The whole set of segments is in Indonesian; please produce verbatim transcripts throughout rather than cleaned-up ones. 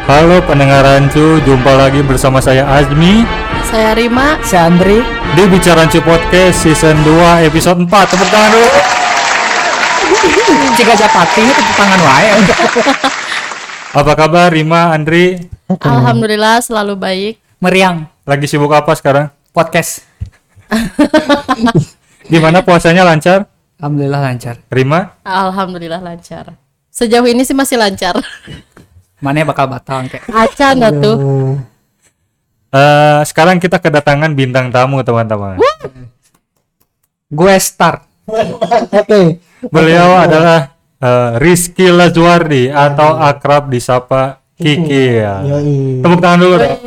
Halo pendengar Rancu, jumpa lagi bersama saya Azmi, saya Rima, saya Andri di Bicara Rancu Podcast Season dua Episode empat. Tepuk tangan dulu. Jika Japati tepuk tangan wae. Apa kabar Rima, Andri? Alhamdulillah selalu baik. Meriang. Lagi sibuk apa sekarang? Podcast. Gimana puasanya, lancar? Alhamdulillah lancar. Rima? Alhamdulillah lancar. Sejauh ini sih masih lancar. Mana bakal batal kayak. Acan tuh. Uh, sekarang kita kedatangan bintang tamu, teman-teman. Gue start. Oke. Beliau adalah uh, Rizky Lazuardi atau akrab disapa Kiki ya. Yoi. Tepuk tangan dulu dong.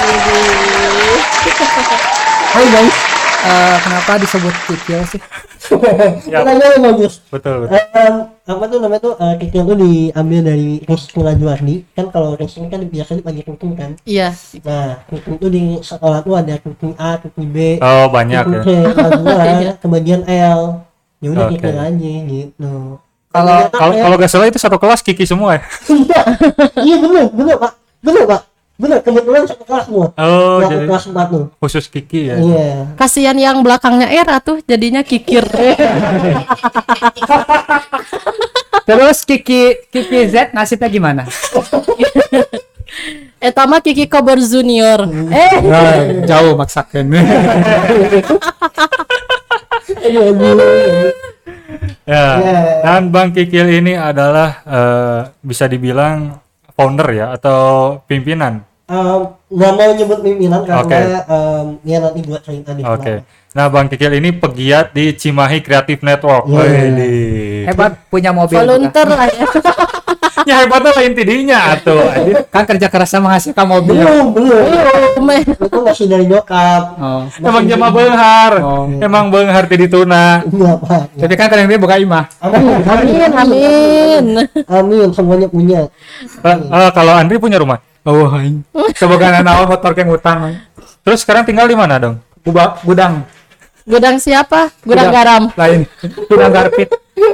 Hai guys. Uh, kenapa disebut Kikil sih? Ya. Pertanyaan yang bagus. Betul, betul. Um, apa tuh namanya tuh uh, Kikil tuh diambil dari Rizky Lazuardi. Kan kalau Rizky kan biasanya dipanggil Kiki kan. Iya. Nah, Kiki tuh di sekolah tuh ada Kiki A, Kiki B, Oh, banyak Kiki ya. C, Lazuar, Iya. kemudian L. Ya udah Oke. Kiki aja gitu. Kalau Kalau kalau nggak salah itu satu kelas Kiki semua ya. Iya bener, bener Pak. Bener Pak. Bener, kebetulan satu kelas semua. Oh, Kelas- jadi kelas empat tuh. khusus Kiki ya. Iya. Kasihan yang belakangnya R tuh jadinya kikir. terus Kiki Kiki Z nasibnya gimana? Etama Kiki Kober Junior. Eh, Nah, jauh maksakan. Ya. Ya. Dan Bang Kikil ini adalah eh, bisa dibilang founder ya atau pimpinan. Um, nggak mau nyebut pimpinan karena Oke. um, dia nanti buat cerita di Oke. Nah, Bang Kikil ini pegiat di Cimahi Creative Network. Yeah. Widih. Hebat punya mobil. volunteer lah ya. Ya hebatnya lain tidinya atuh. juga. Kan kerja kerasnya menghasilkan mobil. belum belum Meh. itu masih dari nyokap. Oh. Emang jama beunghar. Oh. Emang beunghar ti dituna. Iya Pak. Tapi kan kadang dia buka imah. Amin Amin, amin. amin semuanya punya. Eh, eh, kalau Andri punya rumah. Oh, aing. Semoga naon motor kayak ngutang. Terus sekarang tinggal di mana dong? Gudang gudang Gudang siapa? Gudang Gudang. garam. lain. Gudang Garpit.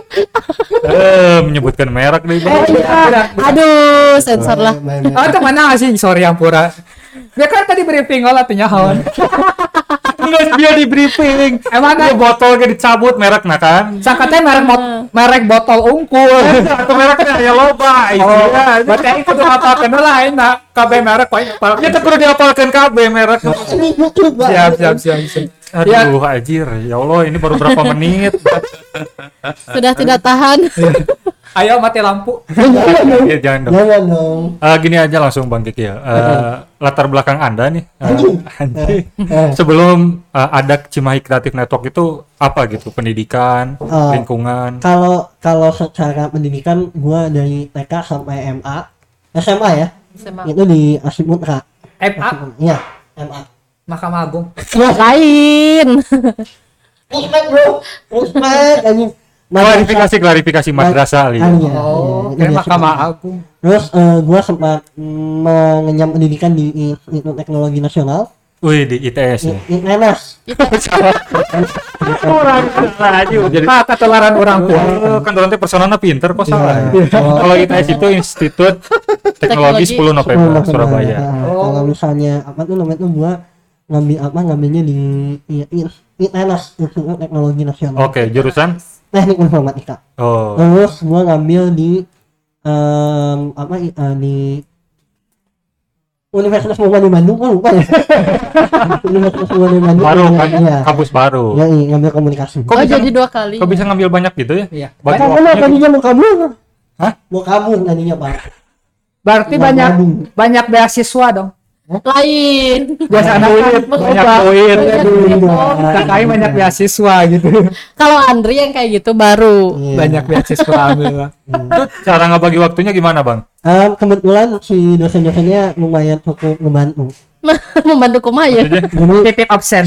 Eh, menyebutkan merek deh. Bang. Eh, iya. Aduh, sensor lah. Main- main- Oh, itu mana sih? Sorry yang pura. Dia kan tadi briefing olah tanya hawan. Enggak dia di briefing. Emang Dia kan botol ke dicabut merek nah kan. sangkatnya merek mot merek botol unggul. Atau mereknya ya loba. Oh, Iya. berarti aing kudu ngapalkeun lain nah kabeh merek poin apal. Ya teu kudu diapalkeun kabeh merek. Ini YouTube Pak. Siap, siap, siap. siap. Ya, Aduh, anjir. Ya Allah, ini baru berapa menit. Sudah tidak tahan. ayo mati lampu. Ya, jangan dong. Jangan dong. Eh, gini aja langsung Bang Kiki ya. Eh, latar belakang Anda nih. eh, anjing. Eh, Sebelum eh, ada Cimahi Creative Network itu apa gitu? Pendidikan, Oh. lingkungan. kalau kalau secara pendidikan gua dari T K sampai M A, S M A ya, Semak. itu di Asimutra. M A Iya, M A. Mahkamah Agung. Lain. Respect bro, respect anjing. Klarifikasi, klarifikasi madrasah Ali. Ah, iya, Oh, iya, kayak iya, Mahkamah Asimutra. Agung. Terus eh, gua sempat mm, mengenyam pendidikan di Institut Teknologi Nasional, Wih, di I T S ya. I- ITENAS. Orang salah aja jadi. Ah, ketularan orang tua. Oh, kan nanti personalnya pinter kok salah. Iya. Kalau I T S itu Institut Teknologi Teknologi. sepuluh November Surabaya. Nah, Oh. Kalau misalnya apa tuh namanya tuh gua ngambil apa ngambilnya di I- I- ITENAS, Institut Teknologi Nasional. Oke, jurusan? Teknik Informatika. Oh. Terus gua ngambil di em, apa i- eh, di Universitas Muhammadiyah Bandung, kan lupa ya. Universitas Muhammadiyah Bandung. Baru iya, kan? Iya. Kampus baru. Ya, iya, ngambil komunikasi. Kok Oh, bisa- jadi dua kali. Kok bisa ngambil banyak gitu ya? Iya. Bagi Karena waktunya tadinya mau kabur. Hah? Mau kabur tadinya Pak. Berarti Nggak banyak nyambung. banyak beasiswa dong. Lain. Biasa anak duit, banyak duit. kakaknya banyak beasiswa gitu. Kalau Andri yang kayak gitu baru. Iya. Banyak beasiswa alhamdulillah. Itu cara ngebagi waktunya gimana, Bang? Em, kebetulan si dosen-dosennya lumayan cukup membantu. Membantu kumaha ya. Jadi Titip absen.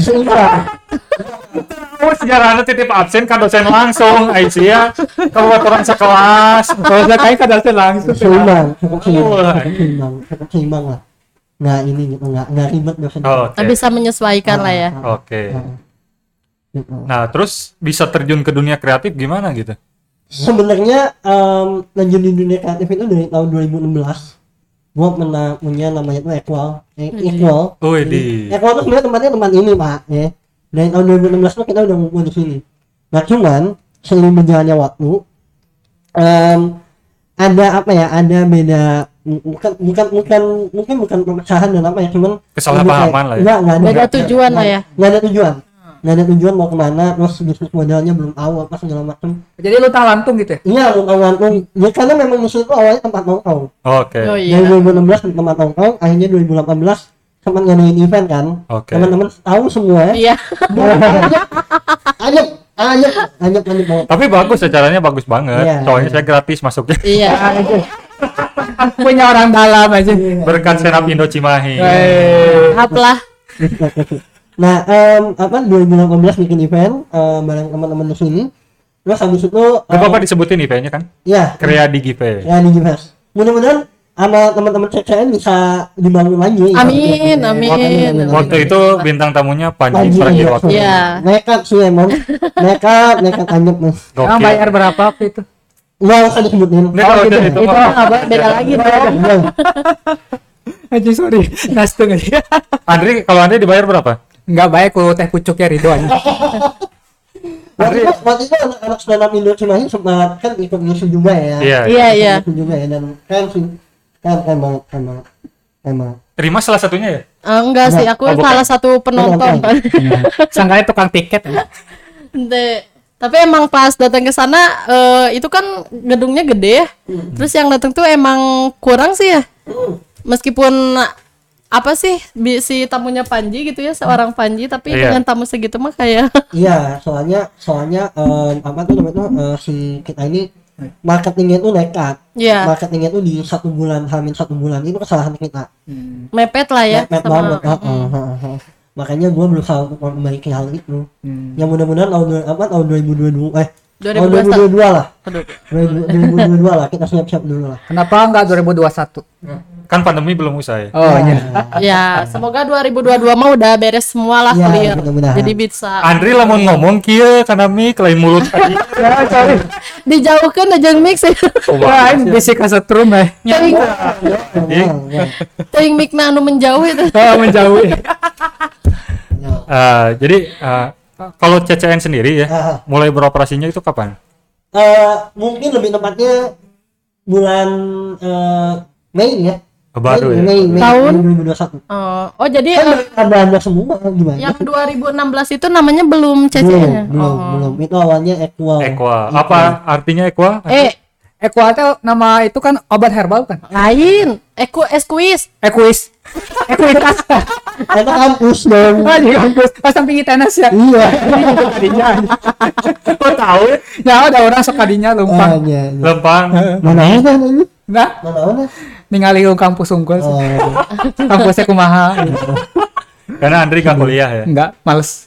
Oh, sejarahnya titip absen kan dosen langsung, Aisyah. Kalau buat orang sekelas. Kalau saya kayak kadang langsung. seimbang, cukup seimbang, Oh. cukup seimbang, cukup seimbang lah. Nggak ini gitu, nggak nggak ribet dosen. Oh, Oke. Bisa menyesuaikan lah ya. Oke. Gitu. Nah, terus bisa terjun ke dunia kreatif gimana gitu? Sebenarnya em, lanjut di dunia kreatif itu dari tahun dua ribu enam belas. gua pernah punya namanya tuh equal eh, equal Wih, Jadi, di. equal tuh sebenarnya tempatnya tempat ini pak ya dari tahun dua ribu enam belas tuh kita udah ngumpul di sini. Nah cuman seiring berjalannya waktu um, ada apa ya ada beda bukan bukan bukan mungkin bukan perpecahan dan apa ya cuman Kesalahpahaman lah ya. enggak, enggak ada, Beda tujuan lah ya. nggak ada tujuan nggak ada tujuan mau kemana terus bisnis modelnya belum tahu apa segala macam. Jadi lu tak lantung gitu ya? Iya langsung ya karena memang musuh itu awalnya tempat nongkrong. Oke. Oh Dari iya. dua ribu enam belas tempat nongkrong akhirnya dua ribu delapan belas sempat ngadain event kan. Oke. Teman-teman tahu semua. Iya. Anyep anyep anyep anyep banget. Tapi bagus caranya bagus banget. Iya. Soalnya saya gratis masuknya. Iya. Punya orang dalam aja. Berkat senap Indo Cimahi. Eh, Apalah. Nah, em, apa dua ribu delapan belas bikin event em, bareng teman-teman di sini. Terus habis itu Gak em, apa-apa disebutin eventnya kan? ya, Krea di Give. ya di Givers. Mudah-mudahan sama teman-teman C C N bisa dibangun lagi. ya. Amin, amin. Waktu itu bintang tamunya Panji Panji Pragiwaksono. Iya. Nekat sih emang. Nekat, nekat anyep mas. Emang Gokil. bayar berapa waktu itu? Nggak usah disebutin. Ini kalau udah itu Itu mah, mah apa beda lagi dong. Nggak. Aja sorry, nastung aja. Andri, kalau Andri dibayar berapa? Enggak baik kalau teh pucuknya Ridwan. Waktu itu, waktu itu anak-anak stand up Indo Cimahi sempat kan ikut ngisi juga ya. Iya. Iya, iya. Ngisi juga ya dan keren sih. Keren, keren banget, keren banget. Keren banget. Rima salah satunya ya? Eh, enggak sih, aku Oh, bukan. salah satu penonton. Sangkanya tukang tiket. Ente. Tapi emang pas datang ke sana eh, itu kan gedungnya gede ya. Terus yang datang tuh emang kurang sih ya. Meskipun apa sih bi- si tamunya Panji gitu ya, seorang Panji tapi Iya. dengan tamu segitu mah kayak Iya, soalnya soalnya em, apa tuh namanya tuh eh, si kita ini marketingnya tuh nekat. ya Marketingnya tuh di satu bulan, hamil satu bulan itu kesalahan kita. mepet lah ya Mepet sama banget. Heeh, heeh, heeh. Makanya gue berusaha untuk memperbaiki hal itu. Hmm. Yang mudah-mudahan tahun dua- apa tahun dua ribu dua puluh dua eh dua tahun ribu dua ribu dua puluh dua lah. Aduh. dua ribu dua puluh dua lah kita siap-siap dulu lah. Kenapa enggak dua ribu dua puluh satu? Kan pandemi belum usai. Oh iya. Ya, semoga dua ribu dua puluh dua mah udah beres semua lah Ya, clear. mudah-mudahan. Jadi bisa Andri lamun ngomong kieu kana mik lain mulut tadi. Ya, sorry. dijauhkan aja mix ya. Wah, ini bisik kasetrum eh. Teuing Iya. teuing micna anu menjauh itu. Oh, menjauhi. Eh, jadi eh, kalau C C N sendiri ya, Ah. mulai beroperasinya itu kapan? Eh, mungkin lebih tepatnya bulan eh, Mei ya. Baru ya? Mei, Mei, Tahun? Mei dua ribu dua puluh satu. Oh, oh jadi Kan eh, ada ada semua gimana? yang dua ribu enam belas itu namanya belum C C belum, N-nya. belum, Oh. belum. Itu awalnya Equal. Equa. Apa artinya Equa? Eh, Equatel nama itu kan obat herbal kan? lain. Eku Esquis. Equis. Equitas. Itu kampus dong. Ah, di kampus. Pas samping tenas ya. Iya. Kadinya. Kok tahu? Ya ada orang sok kadinya Ah, lumpang. iya, iya. Lempang. Mana ada ini? Nah, Mana ada? ningali ke kampus unggul. Oh, Kampusnya kumaha. Karena Andri gak kuliah ya. Enggak, males.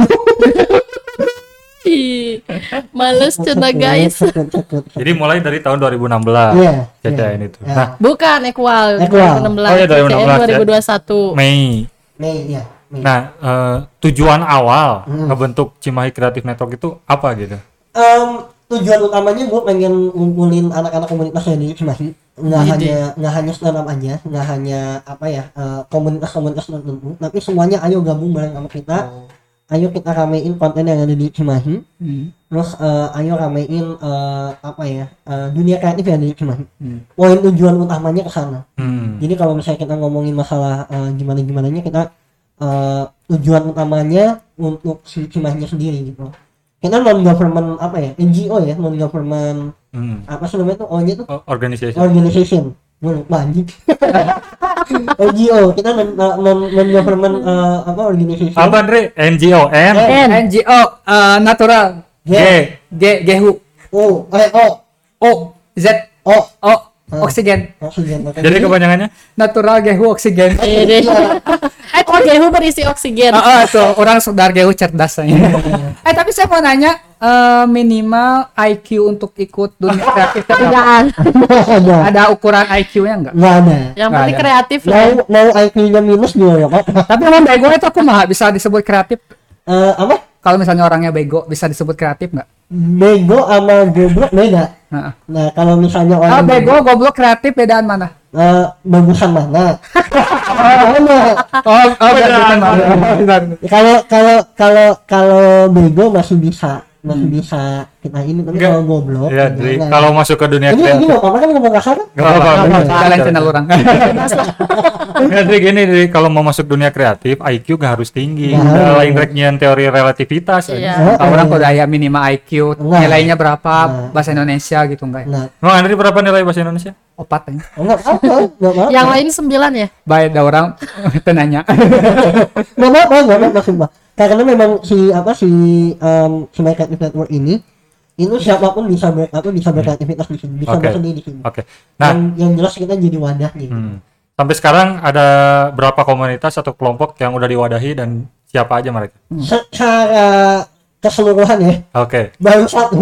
Ih, males cenah guys. Cekut, cekut. Jadi mulai dari tahun dua ribu enam belas Iya, C C N iya. itu. Iya. Nah, Bukan Equal Equal. dua ribu enam belas. Oh, iya, dua ribu enam belas, C C N dua ribu dua puluh satu. Mei. Mei ya. Mei. Nah, eh, tujuan awal Hmm. ngebentuk Cimahi Creative Network itu apa gitu? Em, tujuan utamanya gue pengen ngumpulin anak-anak komunitas yang di Cimahi. Nggak Ide. hanya nggak hanya stand up aja, nggak hanya apa ya eh, komunitas-komunitas tertentu, tapi semuanya ayo gabung bareng sama kita. Ayo kita ramein konten yang ada di Cimahi. Hmm. Terus eh, ayo ramein eh, apa ya eh, dunia kreatif yang ada di Cimahi. Hmm. Poin tujuan utamanya ke sana. Hmm. Jadi kalau misalnya kita ngomongin masalah eh, gimana gimananya kita eh, tujuan utamanya untuk si Cimahinya sendiri gitu. Kita non government apa ya N G O ya non government Hmm. apa sih namanya tuh O-nya tuh O- Organization. organization. Gue lupa anjing. N G O kita non non, non government eh, apa organization. Apa Andri? N G O N N. N G O eh, natural. G G. G Gehu. O eh O O Z O O oksigen. oksigen. Oke. Jadi kepanjangannya? Natural Gehu oksigen. Eh, deh. Eh, kok gehu berisi oksigen. Ah, ah, tuh orang saudara Gehu cerdas saya. Eh tapi saya mau nanya eh, minimal I Q untuk ikut dunia kreatif itu Tidak berapa? ada. Ada ukuran I Q-nya enggak? Nggak ada. Yang Nggak penting ada. kreatif lah. Mau mau I Q-nya minus juga ya Pak. Tapi emang bego itu aku mah bisa disebut kreatif. Eh, apa? Kalau misalnya orangnya bego bisa disebut kreatif nggak? Bego sama goblok beda. Heeh. Nah kalau misalnya Ah, orang bego, goblok, kreatif bedaan mana? eh, bagusan mana? Mana? Oh, oh benar. Benar. Kalau kalau kalau kalau bego masih bisa, masih bisa kita ini, tapi Enggak. kalau goblok. Ya, ya Dri, jangan. kalau masuk ke dunia ini ini kreatif. nggak apa-apa kan ngomong kasar kan? Enggak apa-apa. Jalan channel orang. Ya, Dri, gini, Dri, kalau mau masuk dunia kreatif, I Q gak harus tinggi. Nah. Udah lain rek nyian teori relativitas. Iya. Kalau orang kok daya minimal I Q, Enggak. nilainya berapa, Nah. bahasa Indonesia gitu enggak ya? Nah, Emang Andri berapa nilai bahasa Indonesia? Opat ya. nggak apa, nggak apa. Yang lain sembilan ya? Baik, ada orang tenanya. Nggak apa, nggak apa maksud Mbak. Karena memang si apa si um, si My Creative Network ini itu siapapun bisa ber, apa bisa berkreativitas di sini, bisa Oke. berseni di sini. Oke. Nah, yang, yang jelas kita jadi wadahnya. Gitu. hmm. sampai sekarang ada berapa komunitas atau kelompok yang udah diwadahi dan siapa aja mereka? Secara keseluruhan ya, Oke. baru satu.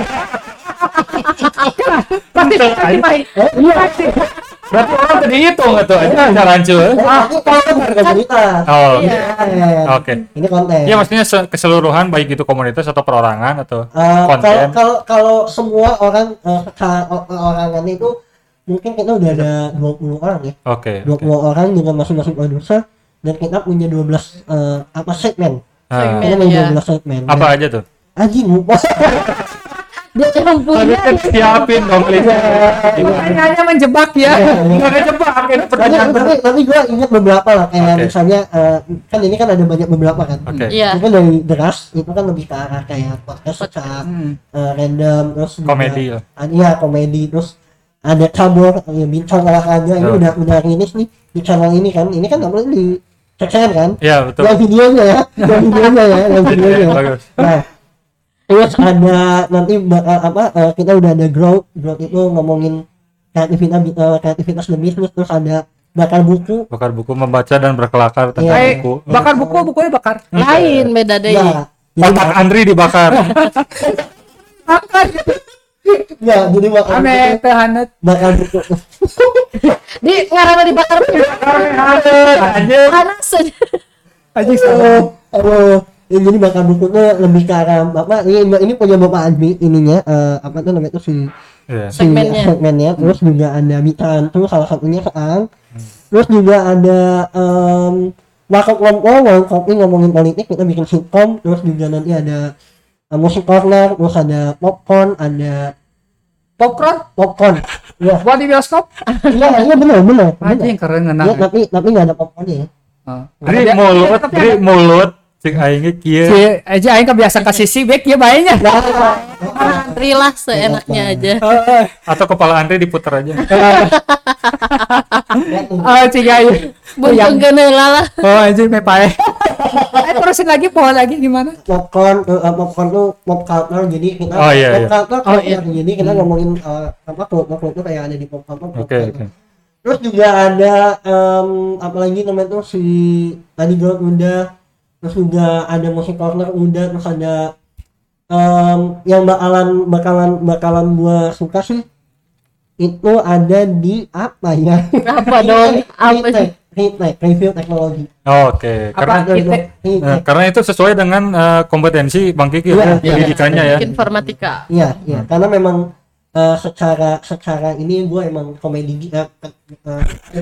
Pasti pasti baik. Berarti orang tadi hitung atau aja rancu. Ah, ini konten harga cerita. Oh. Iya. Konten. Oke. Ini konten. Iya, maksudnya se- keseluruhan baik itu komunitas atau perorangan atau Eh, kalau konten. kalau kalau semua orang uh, secara o- orangan itu mungkin kita udah ada dua puluh orang ya. Oke. dua Oke. puluh orang dengan masing-masing produser dan kita punya dua belas eh, apa segmen. Ah, Segmen. Kita punya Iya. dua belas segmen. apa aja tuh? Anjing lupa. Dia yang punya. Kan siapin dong listnya. Pertanyaannya menjebak ya. Enggak ada jebak, ini tapi, pertanyaan tapi, bener. tapi gue ingat beberapa lah kayak Oke. misalnya eh, kan ini kan ada banyak beberapa kan. Oke. Iya. Itu dari deras itu kan lebih ke arah kayak podcast secara Hmm. eh, random terus juga- Komedi ya. ah, iya komedi terus ada cabur ya, bincang olahraga ini Oh. udah udah rilis nih di channel ini kan ini kan nggak boleh di cek kan Iya, betul. yang videonya ya yang videonya ya yang videonya Bagus. nah terus ada nanti bakal apa eh, kita udah ada growth growth itu ngomongin kreativitas eh, kreativitas dan bisnis terus ada bakal buku Bakar buku membaca dan berkelakar tentang Iya. buku. Bakar buku, bukunya bakar. Lain beda deh. ya jadi Otak Andri dibakar. Bakar. ya jadi bakal Ame buku, teh hanet. bakal buku Di ngarana dibakar Anjir. panas aja. Anjing Halo, sama. halo. Ya, jadi bakal buku tuh lebih ke arah apa? Ini ini punya bapak Admi ininya eh, apa tuh namanya itu si Iya. si Segmennya. segmennya. Terus juga ada Bitan tuh salah satunya sekarang. Terus juga ada um, Warkop Ngomong, Warkop ini ngomongin politik kita bikin sitcom. Terus juga nanti ada uh, musik corner, terus ada popcorn, ada Popcorn popcorn. Ya, buat di bioskop. iya, iya benar, benar. benar. Anjing keren Ya, ngena. tapi tapi nggak ada popcornnya ya. Oh. Dri mulut, Dri mulut. Cik aingnya kieu. Si aja aing kebiasaan kasih si back ya baiknya. Antri lah seenaknya aja. Atau kepala Andri diputer aja. Oh, cing aing. Buntung geneula lah. Oh, anjing me pae. Eh terusin lagi pohon lagi gimana? Popcorn uh, popcorn tuh pop culture jadi kita Oh, iya, pop iya. culture Oh, culture. jadi kita ngomongin uh, apa klub-klub tuh kayak ada di pop culture pop Oke, culture. oke. Terus juga ada um, apa lagi namanya tuh si tadi Growth udah terus juga ada musik corner udah terus ada um, yang bakalan bakalan bakalan gua suka sih itu ada di apa ya Apa dong? Apa sih? Retech, review teknologi. Oke, karena Apa? Ite. Nah, karena itu sesuai dengan eh, kompetensi Bang Kiki ya, Iya, pendidikannya ya. Informatika. Iya, iya, karena memang eh, secara secara ini gue emang komedi uh, uh,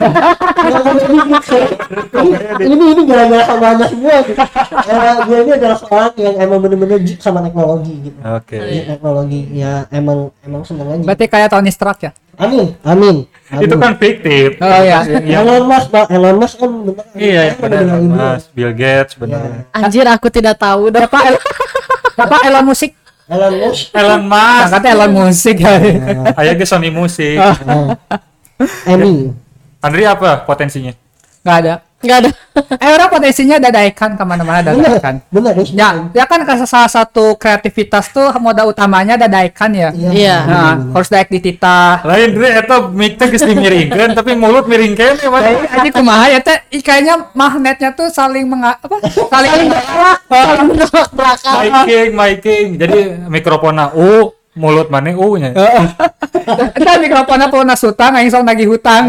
ini ini gara-gara sama anak gue gitu. Eh, gue ini adalah seorang yang emang bener-bener geek sama teknologi gitu. Oke. Geek teknologi ya emang emang seneng aja. Berarti kayak Tony Stark ya? Amin, amin. amin. Itu kan fiktif. Oh ya. Elon Musk, Pak. Elon Musk kan bener. Iya, benar bener ini. Mas Bill Gates Iya. benar. Anjir aku tidak tahu dah. Bapak El Bapak Elon Musik. Elon Musk. Elon Musk. Kata Elon Musik ya. Aya ge Sony Musik. Nah, Emi. Andri apa potensinya? Enggak ada. Enggak ada. Eh orang potensinya dadaekan kemana-mana Bener, dadaekan. bener. Ya, ya kan ke- salah satu kreativitas tuh modal utamanya dadaekan ya. Iya. Nah, harus daek di titah. Lain Dri eta mic teh geus dimiringkeun tapi mulut miring kene mah. Jadi kumaha ya teh i- kayaknya magnetnya tuh saling menga apa? Saling Saling menolak belakang. Miking, miking. Jadi mikrofonnya U, mulut maneh U nya. Eta mikrofonnya perlu nasutang aing sok nagih hutang.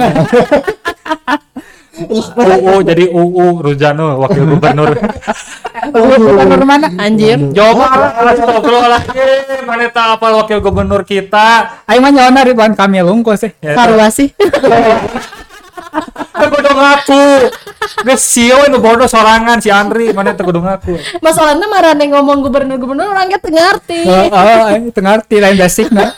U, U jadi U U Ruzano wakil gubernur. Gubernur mana? Anjir. Coba astagfirullahaladzim, mana tak apal wakil gubernur kita. Aing mah nyawana Ridwan Kamil unggul sih. Ya, Sarua sih. Kudu ngaku. Geus sieun nu bodoh sorangan si Andri, mana teu kudu ngaku. Masalahnya marane ngomong gubernur-gubernur orang teu ngarti. Oh, oh, itu ngerti lain basicna.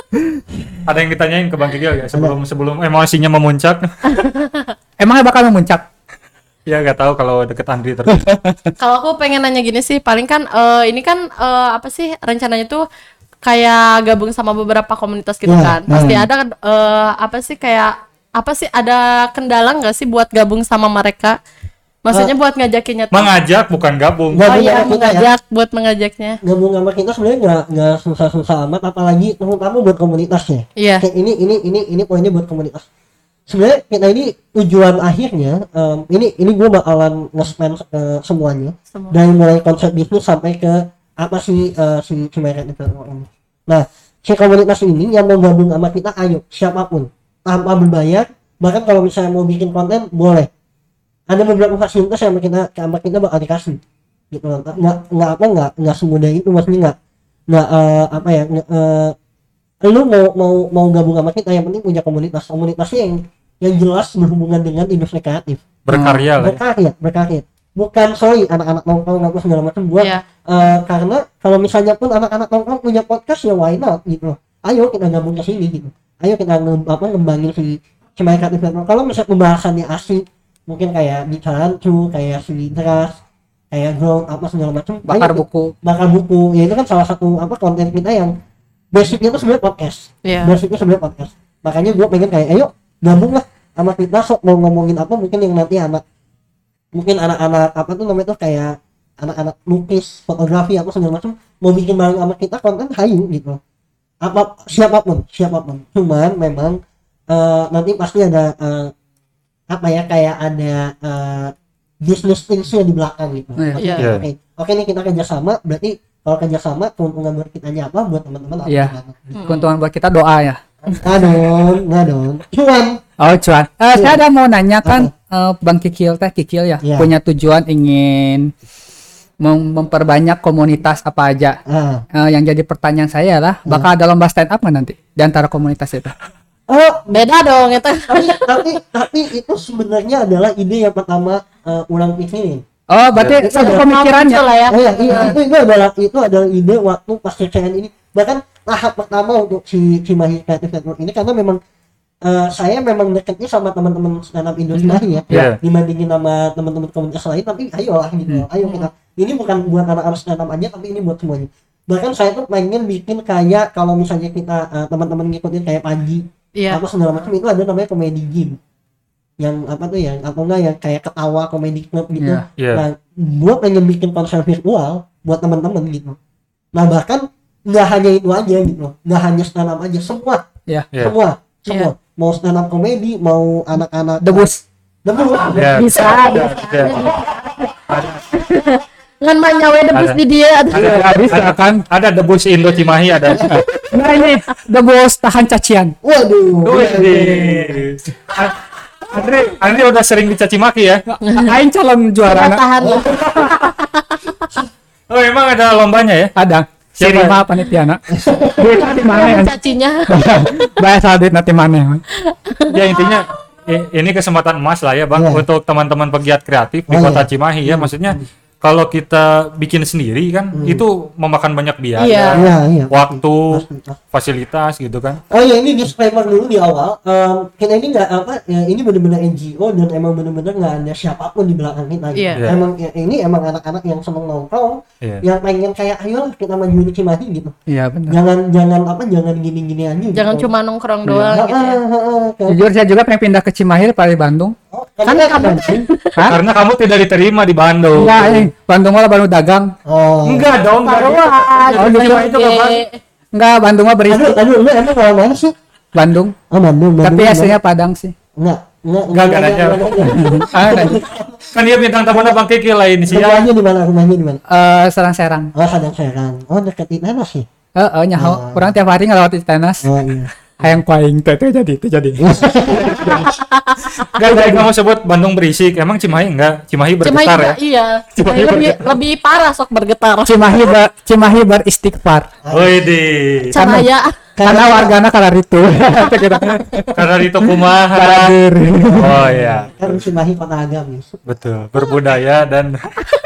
Ada yang ditanyain ke Bang Kikil ya sebelum sebelum emosinya memuncak. Emangnya bakal memuncak? Ya nggak tahu kalau deket Andri terus. Kalau aku pengen nanya gini sih, paling kan eh, ini kan eh, apa sih rencananya tuh kayak gabung sama beberapa komunitas gitu Ya, kan. ya. Pasti ada kan eh, apa sih kayak apa sih ada kendala nggak sih buat gabung sama mereka? Maksudnya buat ngajakinnya tuh. Mengajak bukan gabung. Oh Gabung iya, sama kita ya. mengajak buat mengajaknya. Gabung sama kita sebenarnya nggak nggak susah-susah amat, apalagi terutama buat komunitasnya. Iya. Kayak ini ini ini ini poinnya buat komunitas. Sebenarnya kita ini tujuan akhirnya em, ini ini gue bakalan nge-spend eh, semuanya Semua. dari mulai konsep bisnis sampai ke apa sih eh, si Cimerek itu ini. Nah, si komunitas ini yang mau gabung sama kita, ayo siapapun tanpa berbayar, bahkan kalau misalnya mau bikin konten boleh. Ada beberapa fasilitas yang kita sama kita bakal dikasih gitu loh. Nggak nggak apa nggak nggak semudah itu, maksudnya nggak nggak eh, apa ya nggak, eh, lu mau mau mau gabung sama kita yang penting punya komunitas komunitasnya yang yang jelas berhubungan dengan industri kreatif, Berkarya lah. Ya. berkarya berkarya bukan sorry anak-anak nongkrong apa segala macam buat Iya. eh, karena kalau misalnya pun anak-anak nongkrong punya podcast ya why not gitu loh. Ayo kita gabung ke sini gitu, ayo kita nge, apa ngembangin si Cimahi Kreatif Network. Kalau misalnya pembahasannya asik mungkin kayak bicara cu kayak si Dras kayak ground apa segala macam, Bakar ayo, buku. bakar buku ya itu kan salah satu apa konten kita yang basicnya itu sebenarnya podcast. Iya. Basicnya sebenarnya podcast. Makanya gue pengen kayak ayo gabung lah sama kita, sok mau ngomongin apa mungkin yang nanti anak mungkin anak-anak apa tuh namanya tuh kayak anak-anak lukis, fotografi apa segala macam mau bikin bareng sama kita konten hayu gitu. Apa siapapun, siapapun. Cuman memang eh, nanti pasti ada eh, apa ya kayak ada eh, business thingsnya di belakang gitu. Iya. Maksudnya, Iya. Oke, oke nih kita kerjasama, berarti kalau kerjasama keuntungan buat kitanya apa, buat teman-teman apa Iya. gimana. Keuntungan buat kita doa ya. Nggak dong, nggak dong. Cuman Oh cuan. Eh, saya ada mau nanya kan eh, Bang Kikil teh Kikil ya Iya. punya tujuan ingin mem- memperbanyak komunitas apa aja. ah. Eh, yang jadi pertanyaan saya adalah bakal ada lomba stand up nggak nanti di antara komunitas itu? Oh, Beda dong itu. tapi tapi tapi itu sebenarnya adalah ide yang pertama eh, ulang pikirin. Oh berarti Itu satu ada- pemikirannya. Muncul lah ya. Oh ya, itu, itu, itu adalah itu adalah ide waktu pas C C N ini. Bahkan tahap pertama untuk si Cimahi Creative Network ini karena memang eh, saya memang dekatnya sama teman-teman stand up Indo Cimahi ya. Iya. Dibandingin sama teman-teman komunitas lain, tapi ayo lah gitu. Hmm. Ayo kita. Ini bukan buat anak-anak stand up aja, tapi ini buat semuanya. Bahkan saya tuh pengen bikin kayak kalau misalnya kita eh, teman-teman ngikutin kayak Panji Iya. apa segala macam itu ada namanya komedi gym. Yang apa tuh ya, atau enggak yang kayak ketawa komedi club gitu. Iya. Iya. Nah, gua pengen bikin konser virtual buat teman-teman gitu. Nah, bahkan nggak hanya itu aja gitu, nggak hanya stand up aja, semua, Iya. Iya. semua, semua. Mau stand up komedi, mau anak-anak Debus. debus, Iya. Bisa. Ada, ada. Ngan manyawe debus Ada. di dia. Ada, ada, ada kan? Ada debus Indo Cimahi ada. Nah ini Debus tahan cacian. waduh, Wih. Andre, Andre udah sering dicaci maki ya? Aing calon juara anak. Tahan. Oh, emang ada lombanya ya? Ada. Si Siapa? Rima panitia nak. Duitnya di mana ya? Cacinya. Bayar saldo duit nanti mana? Ya intinya i- ini kesempatan emas lah ya Bang Iya. untuk teman-teman pegiat kreatif di Oh, Kota iya. Cimahi ya. Maksudnya kalau kita bikin sendiri kan itu memakan banyak biaya, Iya. iya, iya. waktu, Pasti, pasti. fasilitas gitu kan. Oh ya, ini disclaimer dulu di awal. Em, kita ini nggak apa, ya, ini benar-benar N G O dan emang benar-benar nggak ada siapapun di belakang kita. gitu. Iya. Iya. Emang ya, ini emang anak-anak yang seneng nongkrong, Iya. yang pengen kayak ayo kita maju di Cimahi gitu. Iya benar. Jangan jangan apa, jangan gini-gini aja. Jangan gitu. cuma nongkrong Iya. doang Ah, gitu ya. ah, ah, ah, kayak- Jujur saya juga pengen pindah ke Cimahi dari Bandung. Oh, Kan kamu Hah? Karena kamu tidak diterima di Bandung. Enggak, eh. Bandung malah baru dagang. Oh. Enggak dong, enggak gitu. Taruhan. Oh, di Cimahi juga Bang. Enggak, Bandung mah berisi. Aduh, aduh, lu emang orang mana sih? Bandung. Oh, Bandung. Tapi Bandung, aslinya Padang sih. enggak, enggak, Enggak, enggak ada. Ah, nah. Kan dia bintang tamunya Bang Kiki lain sih ya. Rumahnya di mana? Rumahnya di mana? Eh, serang-serang. Oh, Sadang Serang. Oh, dekat Itanas sih. Eh, eh, nyaho. Ah. Kurang tiap hari ngelawat di tenas. Oh, iya. Hayang paing teh teh jadi teh jadi. Enggak, tadi kamu sebut Bandung berisik. Emang Cimahi enggak? Cimahi Cimahi bergetar ya? juga, iya. Cimahi lebih lebih parah sok bergetar. Cimahi ber, Cimahi beristighfar. Woi di. Cahaya. Karena wargana kalar itu. Karena itu kumaha. Kaladir. Oh iya. Kan Cimahi kota agamis. Betul, berbudaya dan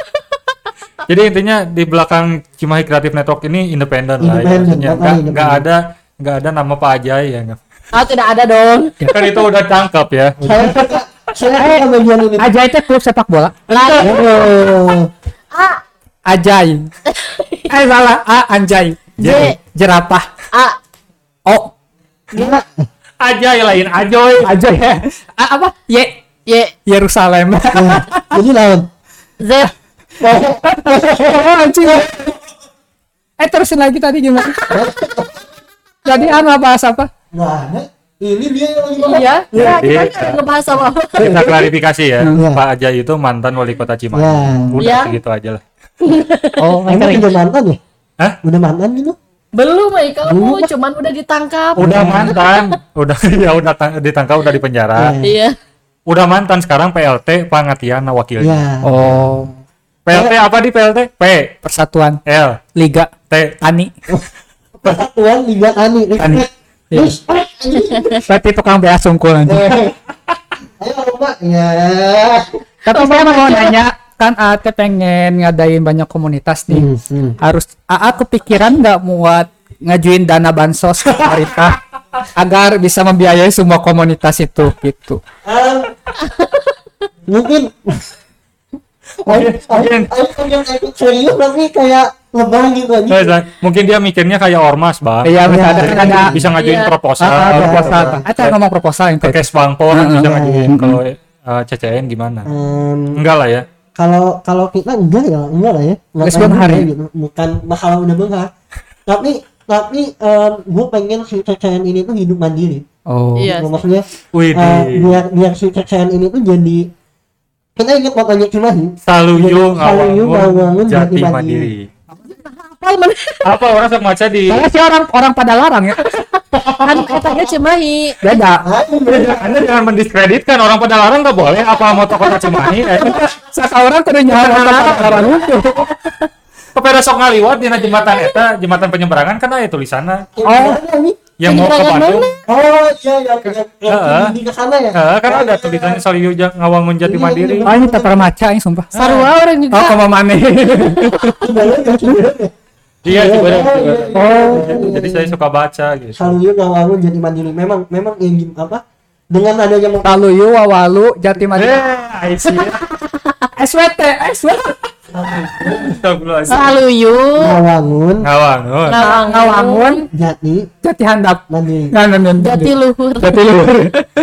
jadi intinya di belakang Cimahi Creative Network ini independen lah ya. Independen, Maksudnya pokoknya nggak independen. nggak ada nggak ada nama Pak Ajay ya nggak? Ah, tidak ada dong. Kan itu udah tangkap ya. Saya saya kan bagian ini. Ajay teh klub sepak bola. Lah, Oh. A, Ajay. Eh salah, A Anjay. J, Jerapah. A, O. Gila. Ajay lain Ajoy. Ajay. A apa? Y. Y, Yerusalem. Nah, jadi lawan. Z. Oh, anjing. Eh terusin lagi tadi gimana? Jadi anu bahas apa? Nah, ini dia yang lagi Iya, ya, Jadi, kita ngebahas apa? Kita klarifikasi ya. Iya. Pak Ajay itu mantan wali kota Cimahi. Ya. Udah Iya. segitu aja lah. Oh, Emang udah mantan ya? Hah? Udah mantan gitu? Belum, eh, kamu cuman udah ditangkap. Udah mantan. Udah ya udah tang- ditangkap udah di penjara. Iya. Iya. Udah mantan sekarang P L T Pangatiana wakilnya. Ya. Oh, P L T apa di P L T? P Persatuan L Liga T. Tani. Persatuan Liga Tani. Tani. Iya. Terus, Berarti tukang bea sungkul nanti. eh, ayo Mbak. Ya. Tapi saya mau nanya, kan A T pengen ngadain banyak komunitas nih. Hmm, hmm. Harus A A kepikiran nggak muat ngajuin dana bansos ke pemerintah agar bisa membiayai semua komunitas itu gitu. Um, mungkin Mungkin- mungkin. Ayo pengen ikut serius tapi kayak lebah gitu aja. Eh, Dan mungkin dia mikirnya kayak ormas, Bang. Iya, bisa ada Jadi kan ada bisa ngajuin Iya. proposal. Ah, ah, proposal. Ke- Ah, saya ngomong proposal yang ke tadi. Kesbangpo kan Ah, bisa ah, ngajuin ah. kalau eh, C C N gimana? Um, Enggak lah ya. kalau kalau kita enggak ya enggak lah ya Enggak Respon kayak hari. gitu. Bukan masalah udah benghar tapi tapi gue pengen si C C N ini tuh hidup mandiri. Oh. Iya. Maksudnya Wih, eh, biar biar si C C N ini tuh jadi kita ingat kotanya Cimahi. Saluyu Saluyu, Ngawangun Ngawangun, Jati Jati Mandiri. Apal mana? Apa orang sok maca di Saya sih orang orang pada larang ya. Kan katanya Cimahi. Beda. Ah, bener. Anda jangan mendiskreditkan orang pada larang nggak boleh apa moto kota Cimahi eh. Saka orang kudu nyawa pada larang itu. Kepada sok ngaliwat di jembatan eta jembatan penyeberangan kan aya tulisanna Oh, ini. yang mau ke Penyeberangan Bandung. Oh iya yang yang Heeh. yang di ke sana ya. Heeh, kan ada tulisannya Saluyu Ja- Ngawangun Jati Iya, Mandiri. iya. Oh, ini tak pernah maca ini sumpah. Sarua orang juga. Oh, koma mana? Cibalan ya Cibalan ya. Iya, Iya, Ciberem, iya, Ciberem. iya, iya, iya. Jadi saya suka baca gitu. Saluyu Ngawangun jadi mandiri. Memang memang yang gim- apa? Dengan adanya mau Lalu yu wawalu jati mandiri. Eh, I see. S W T, S W T. Astagfirullahaladzim. Saluyu. Ngawangun Ngawangun. Ngawangun Jati jati handap. mandiri. Nah, nah, nah, Jati luhur. Jati luhur.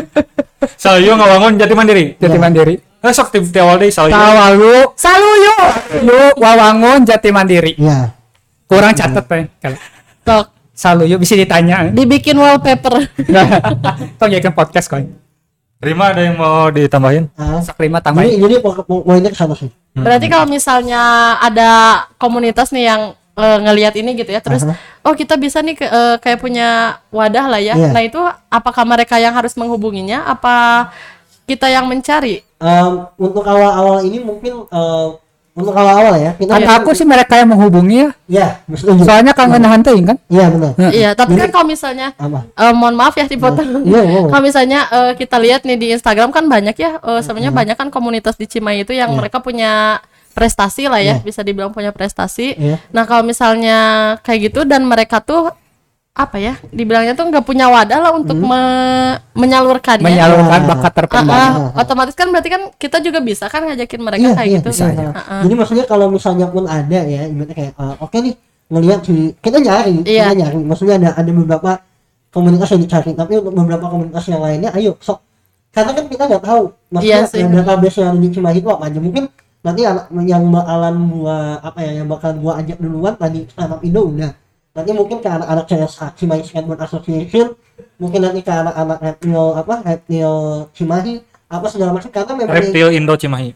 Saluyu Ngawangun Jati Mandiri. Jati Ya. mandiri. Eh, sok tim awal deh Saluyu. Tawalu Saluyu. Yu wawangun jati mandiri. Ya. Kurang catet teh. Kalau Tok. Saluyu bisa ditanya. Dibikin wallpaper. Tong ya kan podcast kok. Rima ada yang mau ditambahin? Ah. Sak lima Jadi tambahin. jadi po- po- poinnya ke sana sih. Berarti kalau misalnya ada komunitas nih yang eh, ngelihat ini gitu ya, terus Aha. oh kita bisa nih ke- eh, kayak punya wadah lah ya. Iya. Nah itu apakah mereka yang harus menghubunginya? Apa kita yang mencari? Em, untuk awal-awal ini mungkin em, untuk awal-awal ya kita Kata aku sih mereka yang menghubungi ya. ya setuju. Soalnya kangen hanteing kan. Iya benar. Iya, tapi kan kalau misalnya Apa? eh, mohon maaf ya dipotong. Iya, wow. Kalau misalnya eh, kita lihat nih di Instagram kan banyak ya, eh, sebenarnya banyak kan komunitas di Cimahi itu yang mereka punya prestasi lah ya, Iya. bisa dibilang punya prestasi. Iya. Nah kalau misalnya kayak gitu dan mereka tuh apa ya, dibilangnya tuh nggak punya wadah lah untuk me- menyalurkannya. Menyalurkan Ah. bakat Ah, terpendam. ah, otomatis kan berarti kan kita juga bisa kan ngajakin mereka Iya, kayak iya, gitu. bisa aja. Ah, ah. Jadi maksudnya kalau misalnya pun ada ya, ibaratnya kayak eh, oke nih ngelihat si kita nyari, Iya. kita nyari. Maksudnya ada ada beberapa komunitas yang dicari, tapi untuk beberapa komunitas yang lainnya, ayo sok. Karena kan kita nggak tahu, Iya maksudnya sih. yang database yang di Cimahi itu apa aja. Mungkin nanti anak yang bakalan gua apa ya, yang bakalan gua ajak duluan tadi anak Indo udah. Nanti mungkin ke anak-anak C S A, Cimahi Skateboard Association, mungkin nanti ke anak-anak Reptil apa Reptil Cimahi, apa segala macam karena memang Reptil Indo Cimahi.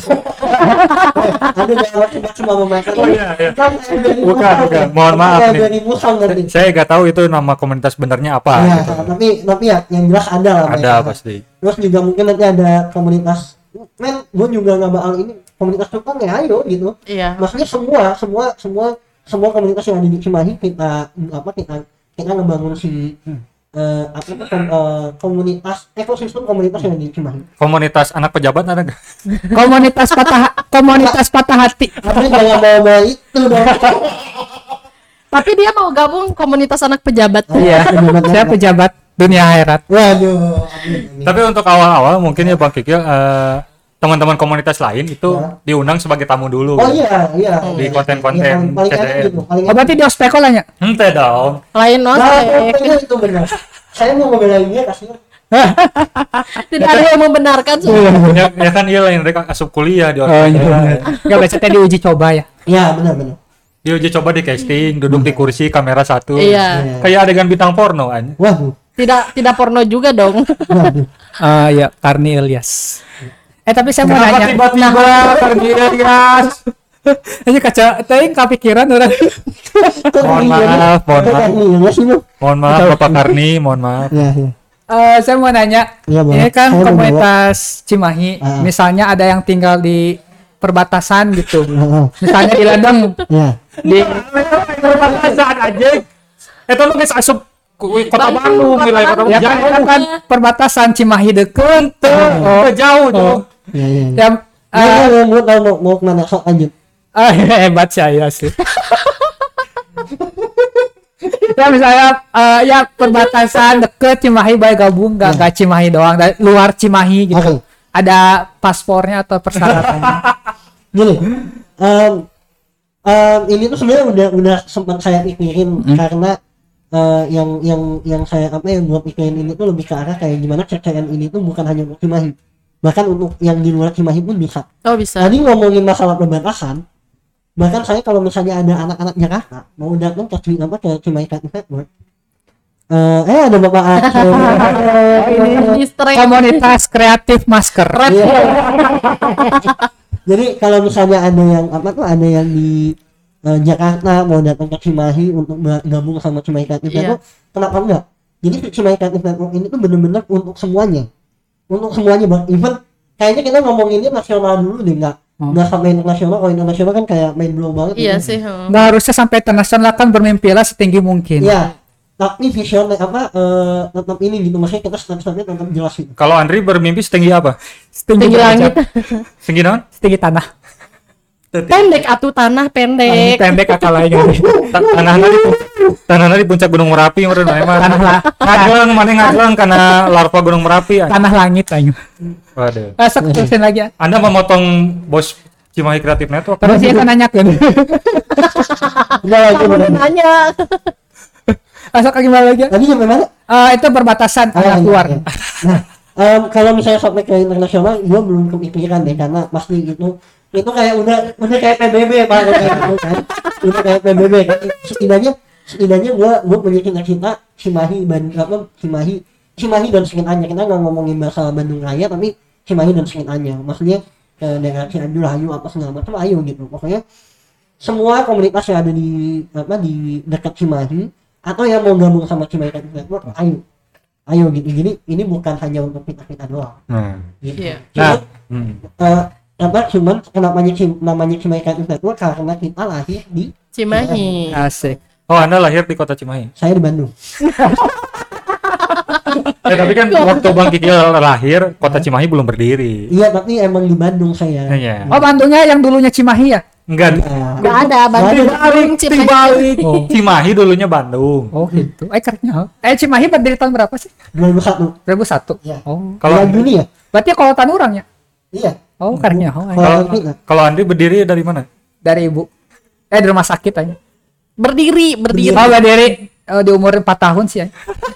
ada yang macam-macam sama mereka. Oh iya, iya. Kan ada di Bukan, Musang, bukan. kan? Mohon maaf Ada nih. dari Musang nanti. Saya nggak tahu itu nama komunitas benernya apa. Ya, gitu. tapi tapi ya yang jelas ada lah. Ada mereka. pasti. Terus juga mungkin nanti ada komunitas, men, gue juga nggak bakal ini komunitas Jepang ya ayo gitu. Iya. Maksudnya semua semua semua semua komunitas yang ada di Cimahi kita apa kita kita ngebangun si eh, apa itu kom- eh, komunitas ekosistem komunitas yang ada di Cimahi. Komunitas anak pejabat ada nggak? Komunitas patah komunitas patah hati. Tapi jangan bawa itu dong. Tapi dia mau gabung komunitas anak pejabat. Iya, saya pejabat dunia akhirat. Waduh. amin, amin. Tapi untuk awal-awal mungkin ya Bang Kikil, eh, teman-teman komunitas lain itu Ya. diundang sebagai tamu dulu. Oh iya iya. Di iya. konten-konten Iya, paling, paling C D enak M. gitu. Paling Oh, berarti di ospek lah ya? Ente dong. Lain Nah, ospek. pokoknya itu benar. Saya mau ngebelain dia kasihan. Tidak ada yang membenarkan. ya, ya kan iya lain mereka asup kuliah di Oh ospek. iya. Enggak biasa tadi uji coba ya. Iya benar benar. Dia uji coba di casting, duduk di kursi, kamera satu. Iya. Kayak adegan bintang porno aja. Waduh. Tidak tidak porno juga dong. Waduh. Ah ya, Karni Ilyas. Eh tapi saya mau Kenapa nanya. tiba-tiba Karniel guys? Ini kaca, tadi kepikiran orang. Mohon maaf, mohon maaf. Iya sih lu. Mohon maaf Bapak Karni, mohon maaf. Iya iya. Eh, saya mau nanya, Iya, Bang. ini kan Saya mau komunitas Cimahi, Ah. misalnya ada yang tinggal di perbatasan gitu, Heeh. misalnya di Ladang, Iya. di Perbatasan aja. Itu lu guys asup ku- kota Bandung, wilayah kota ya Bandung. kan, itu kan perbatasan Cimahi deket, Oh, jauh tuh. oh, Iya iya. iya. yang Iya, eh, iya, gua tahu mau mau kemana sok lanjut. ah, hebat saya sih. Ya misalnya eh, ya perbatasan deket Cimahi baik gabung nggak nggak Cimahi doang, dari luar Cimahi gitu. Oke. Ada paspornya atau persyaratannya? Gini. em, em, ini tuh sebenarnya udah udah sempat saya pikirin karena eh, yang yang yang saya apa yang gua pikirin ini tuh lebih ke arah kayak gimana C C N ini tuh bukan hanya untuk Cimahi. Bahkan untuk yang di luar Cimahi pun bisa. Oh bisa. Tadi ngomongin masalah perbatasan, bahkan saya kalau misalnya ada anak-anak Jakarta mau datang ke Cimahi apa ke Cimahi Creative Network, eh eh ada bapak Aceh. Ini straight. Komunitas kreatif masker. Iya. Jadi kalau misalnya ada yang apa tuh ada yang di eh, Jakarta mau datang ke Cimahi untuk gabung sama Cimahi Creative Iya. Network, kenapa enggak? Jadi Cimahi Creative Network ini tuh bener-bener untuk semuanya, untuk semuanya bang. Even kayaknya kita ngomonginnya nasional dulu deh, nggak Hmm. nggak sampai internasional. Kalau internasional kan kayak main blow banget. Iya gitu. sih. hmm. Nggak harusnya sampai internasional, kan bermimpilah setinggi mungkin. Iya. Tapi vision apa eh, tetap ini gitu, maksudnya kita step-stepnya tetap jelas gitu. Kalau Andri bermimpi setinggi apa? Setinggi Tinggi langit. langit, Setinggi naon? setinggi tanah. Pendek atuh tanah pendek. Pendek akal lain. Ta- Tanahna di tanahna di puncak Gunung Merapi meureun mah. Tanah lah. Ngajeng mana ngajeng karena larva Gunung Merapi. anjing. Tanah langit aja. Waduh. Masuk terusin lagi ya. Anda memotong bos Cimahi Creative Network. Terus dia kan nanya kan. Udah lagi Kamu bener. nanya. Masuk lagi gimana lagi? Tadi sampai mana? Eh, itu perbatasan Oh, ada iya, keluar. iya. Nah, em, kalau misalnya sampai ke internasional, gua belum kepikiran deh karena pasti itu itu kayak udah udah kayak P B B pak, kayak gitu kan, udah kayak P B B kan. Setidaknya setidaknya gua gua punya cita-cita Cimahi dan apa Cimahi Cimahi dan sekitarnya. Kita nggak ngomongin masalah Bandung Raya tapi Cimahi dan sekitarnya. Maksudnya ke daerah Cianjur, Ayu apa segala macam ayo gitu. Pokoknya semua komunitas yang ada di apa di dekat Cimahi atau yang mau gabung sama Cimahi Creative Network, ayo ayo gitu. Jadi ini bukan hanya untuk kita kita doang Nah. gitu. Iya. Nah, Cuma, hmm. eh, apa cuman kenapa Cim- namanya Cimahi Creative Network karena kita lahir di Cimahi. Asik. Oh, Anda lahir di kota Cimahi. saya di Bandung. Eh, tapi kan waktu Bang Kikil lahir, kota Cimahi belum berdiri. Iya tapi emang di Bandung saya. Iya. Oh, Bandungnya yang dulunya Cimahi ya? Enggak. Nah, Nggak ada Bandung. Cimahi. Oh. Cimahi dulunya Bandung. Oh gitu. Eh kerennya. Eh Cimahi berdiri tahun berapa sih? dua ribu satu. dua ribu satu. Iya. Oh. Kalau Bulan Juni ya? Berarti kalau Tanurang ya? Iya. Oh, kerennya. Oh, Kalau kalau kita kalau Andri berdiri dari mana? dari ibu. Eh di rumah sakit aja. Berdiri, berdiri. Oh, berdiri eh, di umur empat tahun sih ya.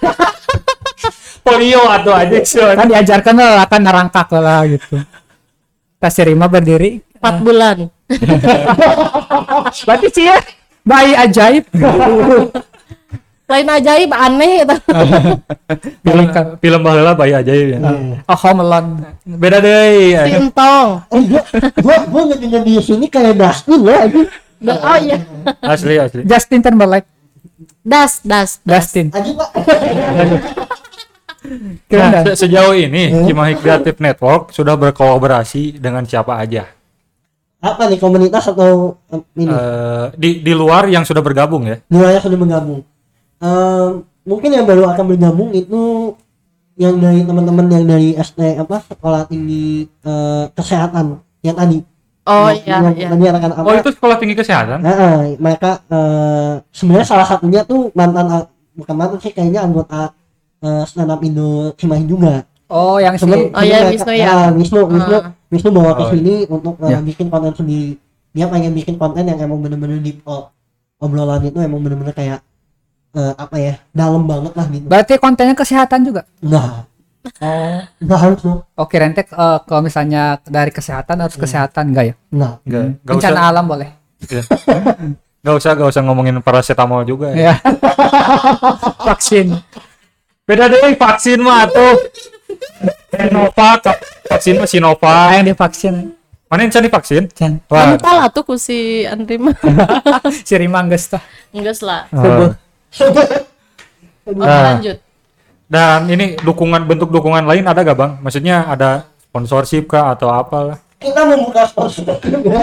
Polio atau aja sih. Kan diajarkan lah kan narangkak lah gitu. Kasih Rima berdiri. empat bulan. Berarti sih ya bayi ajaib. lain ajaib aneh eta. Film film baheula bayi ajaib ya. Oh, Home Alone. Beda deui. Si Entong. Eh, gua gua gua ngeliatnya di sini kayak Dustin ya. Aduh. Da- Oh iya. Asli asli. Justin Timberlake. Das, das, das. Dustin. Aduh, Pak. Keren Nah, dah. se- sejauh ini Cimahi Creative Network sudah berkolaborasi dengan siapa aja? Apa nih komunitas atau eh, ini? Eh, di di luar yang sudah bergabung ya? Duanya sudah bergabung. Em, mungkin yang baru akan bergabung itu yang dari teman-teman yang dari S T apa sekolah tinggi eh, kesehatan yang tadi. Oh Yang- iya, yang iya. tadi anak-anak apa? Oh itu sekolah tinggi kesehatan? Nah, eh, mereka eh, sebenarnya salah satunya tuh mantan a- bukan mantan sih kayaknya anggota eh, stand up Indo Cimahi juga. Oh, yang si Sebelum- Oh iya, sebelum Wisnu mereka- ya. ah, Wisnu, Wisnu, Ah. Wisnu bawa ke Oh. sini untuk eh, Ya. bikin konten sendiri. Dia pengen bikin konten yang emang bener-bener deep talk. Obrolan itu emang bener-bener kayak eh, apa ya, dalam banget lah gitu. berarti kontennya kesehatan juga. Nah, Oh. nggak harus loh. Oke, rentek eh, kalau misalnya dari kesehatan harus kesehatan enggak ya? Nah, Enggak, enggak usah. Bencana alam boleh. Iya. Nggak usah, nggak usah ngomongin paracetamol juga ya. Ya. Vaksin. Beda deh vaksin mah tuh. Sinovac, vaksin mah Ah, Sinovac. yang divaksin. Mana yang cari vaksin? Can. Wah, Kamu lah tuh ku si Andri mah. Si Rima geus tah. Enggak lah. eh, Oh, Nah. lanjut. dan ini dukungan bentuk dukungan lain ada gak bang? Maksudnya ada sponsorship kah atau apalah? kita membuka sponsor juga.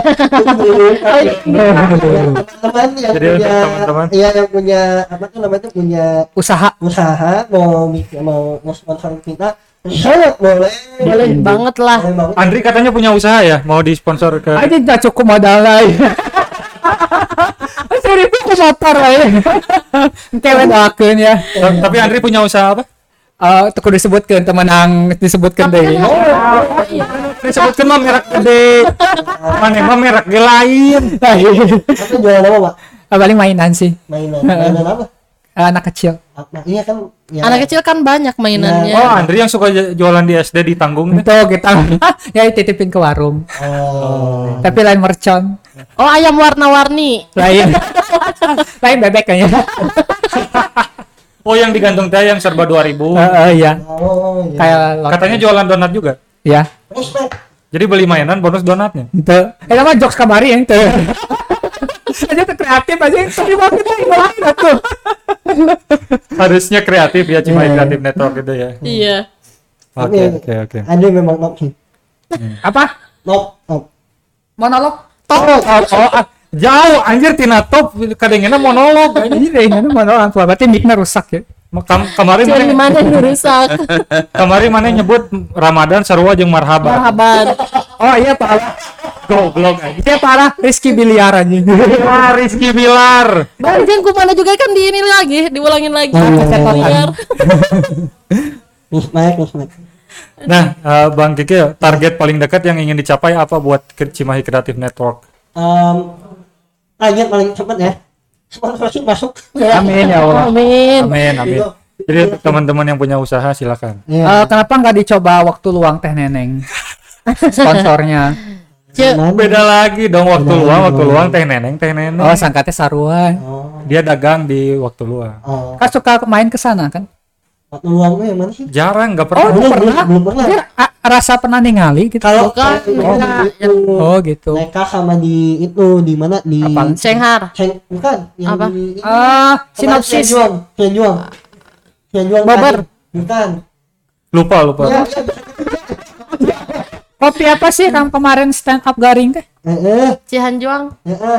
Teman-teman yang Jadi untuk punya, teman-teman. iya yang punya apa tuh namanya tuh punya Usaha. usaha mau mikir mau mau sponsor kita sangat boleh. Boleh banget lah. Boleh banget. Andri katanya punya usaha ya, mau disponsor ke? Aja enggak cukup modal lain. Sorry, ku motor lain. Engke we doakeun ya. Ta- Tapi Andri punya usaha apa? Eh, teu kudu disebutkeun temenang disebutkeun Tapi deui. kan oh, iya. Disebutkan mah merek gede. Mana mah merek gede lain. Apa jualan apa pak? Ah, paling mainan sih. Mainan mainan apa? Eh, anak kecil. Apa? Iya kan ya, Anak kecil kan banyak mainannya. Oh Andri yang suka j- jualan di S D ditanggung deh. Itu kita ya titipin ke warung. oh Tapi lain mercon. Oh, ayam warna-warni. Lain. Lain bebek kayaknya. Oh yang digantung teh yang serba dua ribu. Heeh, iya. oh iya. Kayak lot. Katanya jualan donat juga. Ya. Respect. Jadi beli mainan bonus donatnya. Itu. Eh nama jokes kamari yang itu. Aja tuh kreatif aja yang tadi banget lain tuh. Harusnya kreatif ya Cimahi Iya. Creative Network gitu ya. Iya. Oke Tapi- oke oke. Andre memang top sih. Apa? Top top. Monolog. Oh, oh, oh, ah, jauh anjir tina top kadangnya monolog. Ini deh, ini monolog. Berarti mic-nya rusak ya. Kam- kemarin Dari mana mana yang rusak? kemarin mana nyebut Ramadan sarua jeung marhaban. Marhaban. Oh iya parah. Goblok aja. Iya parah. Rizky Biliar aja. Ah, Rizky Bilar. Banjang ku mana juga kan di ini lagi, diulangin lagi. Biar. Respect respect. Nah, eh, Bang Kiki, target paling dekat yang ingin dicapai apa buat ke- Cimahi Creative Network? Um, target paling cepat ya. Sponsorship masuk. Amin ya Allah. Amin. Amin, amin. Jadi untuk teman-teman yang punya usaha silakan. Eh, Iya. kenapa nggak dicoba waktu luang teh neneng? Sponsornya. Cek. Beda lagi dong waktu Beda luang, lagi waktu dong. luang teh neneng, teh neneng. Oh sangkatnya saruan. Oh. Dia dagang di waktu luang. Oh. Kan suka main ke sana kan? Waktu luangnya yang mana sih? Jarang, nggak Oh, pernah. belum pernah. Belum pernah. Dia a- rasa pernah ningali gitu. Kalau Bukan, kalau mereka di itu, Oh gitu. mereka sama di itu di mana di Apa? Cenghar. Ceng, bukan yang Apa? di Ah, sinopsis. Cianjuang Cianjuang Cianjuang Bogor. tadi. Bukan Lupa, lupa. ya, Kopi apa sih yang kemarin stand up garing teh? eh eh Cihanjuang. eh eh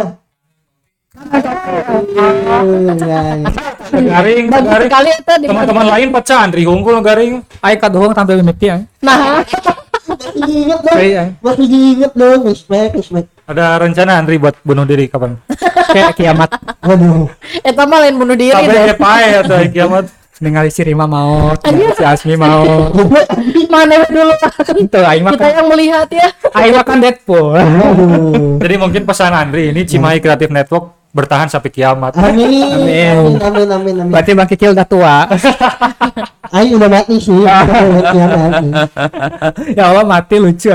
ya, ya. Garing, Bagus garing. sekali itu di. Teman-teman lain pecah, Andri unggul garing. Ayo kadohong tampil mimpi ya. Nah, Masih diinget dong Iya. masih diinget dong respect respect Ada rencana Andri buat bunuh diri kapan? Kayak kiamat. waduh eta mah lain bunuh diri Sampai deh. pae atau kiamat. Ningali si Rima mau, si Asmi mau. Mana dulu Itu aing mah kita kan. yang melihat ya. Aing mah kan Deadpool. waduh Jadi mungkin pesan Andri ini Cimahi Creative Network bertahan sampai kiamat. amin Amin. amin amin amin amin Berarti Bang Kiki udah tua. ayo udah mati sih ya mati Ya Allah mati lucu.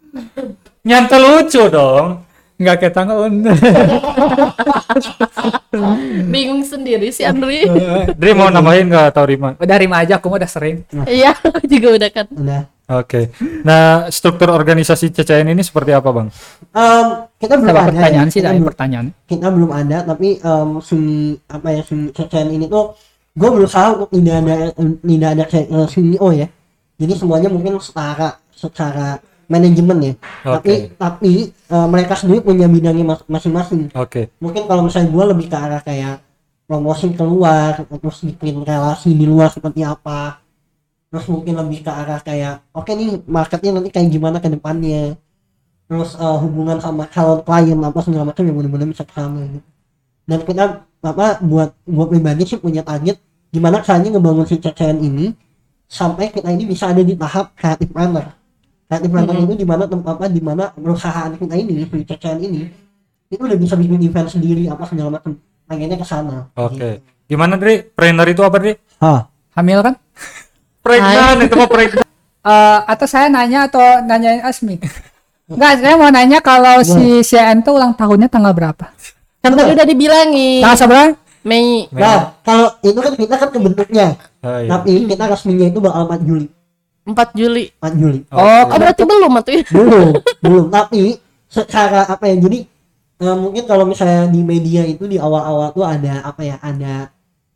Nyantel lucu dong. Enggak ketanggung. Bingung sendiri si Andri. Dri mau nambahin nggak atau Rima? Udah Rima aja, aku mah udah sering. Iya, juga udah kan. Udah. Oke. Nah, struktur organisasi C C N ini seperti apa, Bang? Um, kita belum Ada ada pertanyaan ya. sih, Kita ada belum- pertanyaan. kita belum ada, tapi um, si apa ya si C C N ini tuh gue berusaha untuk tidak ada tidak ada C- eh, C E O ya. Jadi semuanya mungkin setara secara manajemen ya. Tapi Oke. tapi eh, mereka sendiri punya bidangnya mas- masing-masing. Oke. Mungkin kalau misalnya gue lebih ke arah kayak promosi keluar, terus bikin relasi di luar seperti apa. Terus mungkin lebih ke arah kayak oke nih marketnya nanti kayak gimana ke depannya. Terus eh, hubungan sama calon klien apa segala macam yang benar-benar bisa kesana gitu. Dan kita apa buat gua pribadi sih punya target gimana caranya ngebangun si C C N ini sampai kita ini bisa ada di tahap creative planner. Creative planner itu di mana tempat apa di mana perusahaan kita ini si C C N ini itu udah bisa bikin event sendiri apa segala macam. Pengennya ke sana. Oke. Gimana, Dri? Trainer itu apa, Dri? Hah. Hamil kan? Pregnant, itu mah pregnant. Eh, atau saya nanya atau nanyain Asmi? Enggak, saya mau nanya kalau si C N tuh ulang tahunnya tanggal berapa? Kan tadi udah dibilangin. Tanggal seberapa? Mei. Nah, kalau itu kan kita kan kebentuknya. Oh, iya. Tapi kita resminya itu bakal empat Juli. empat Juli. empat Juli. Oh, Oh, berarti belum atuh ya? belum belum tapi secara apa ya jadi eh, mungkin kalau misalnya di media itu di awal-awal tuh ada apa ya ada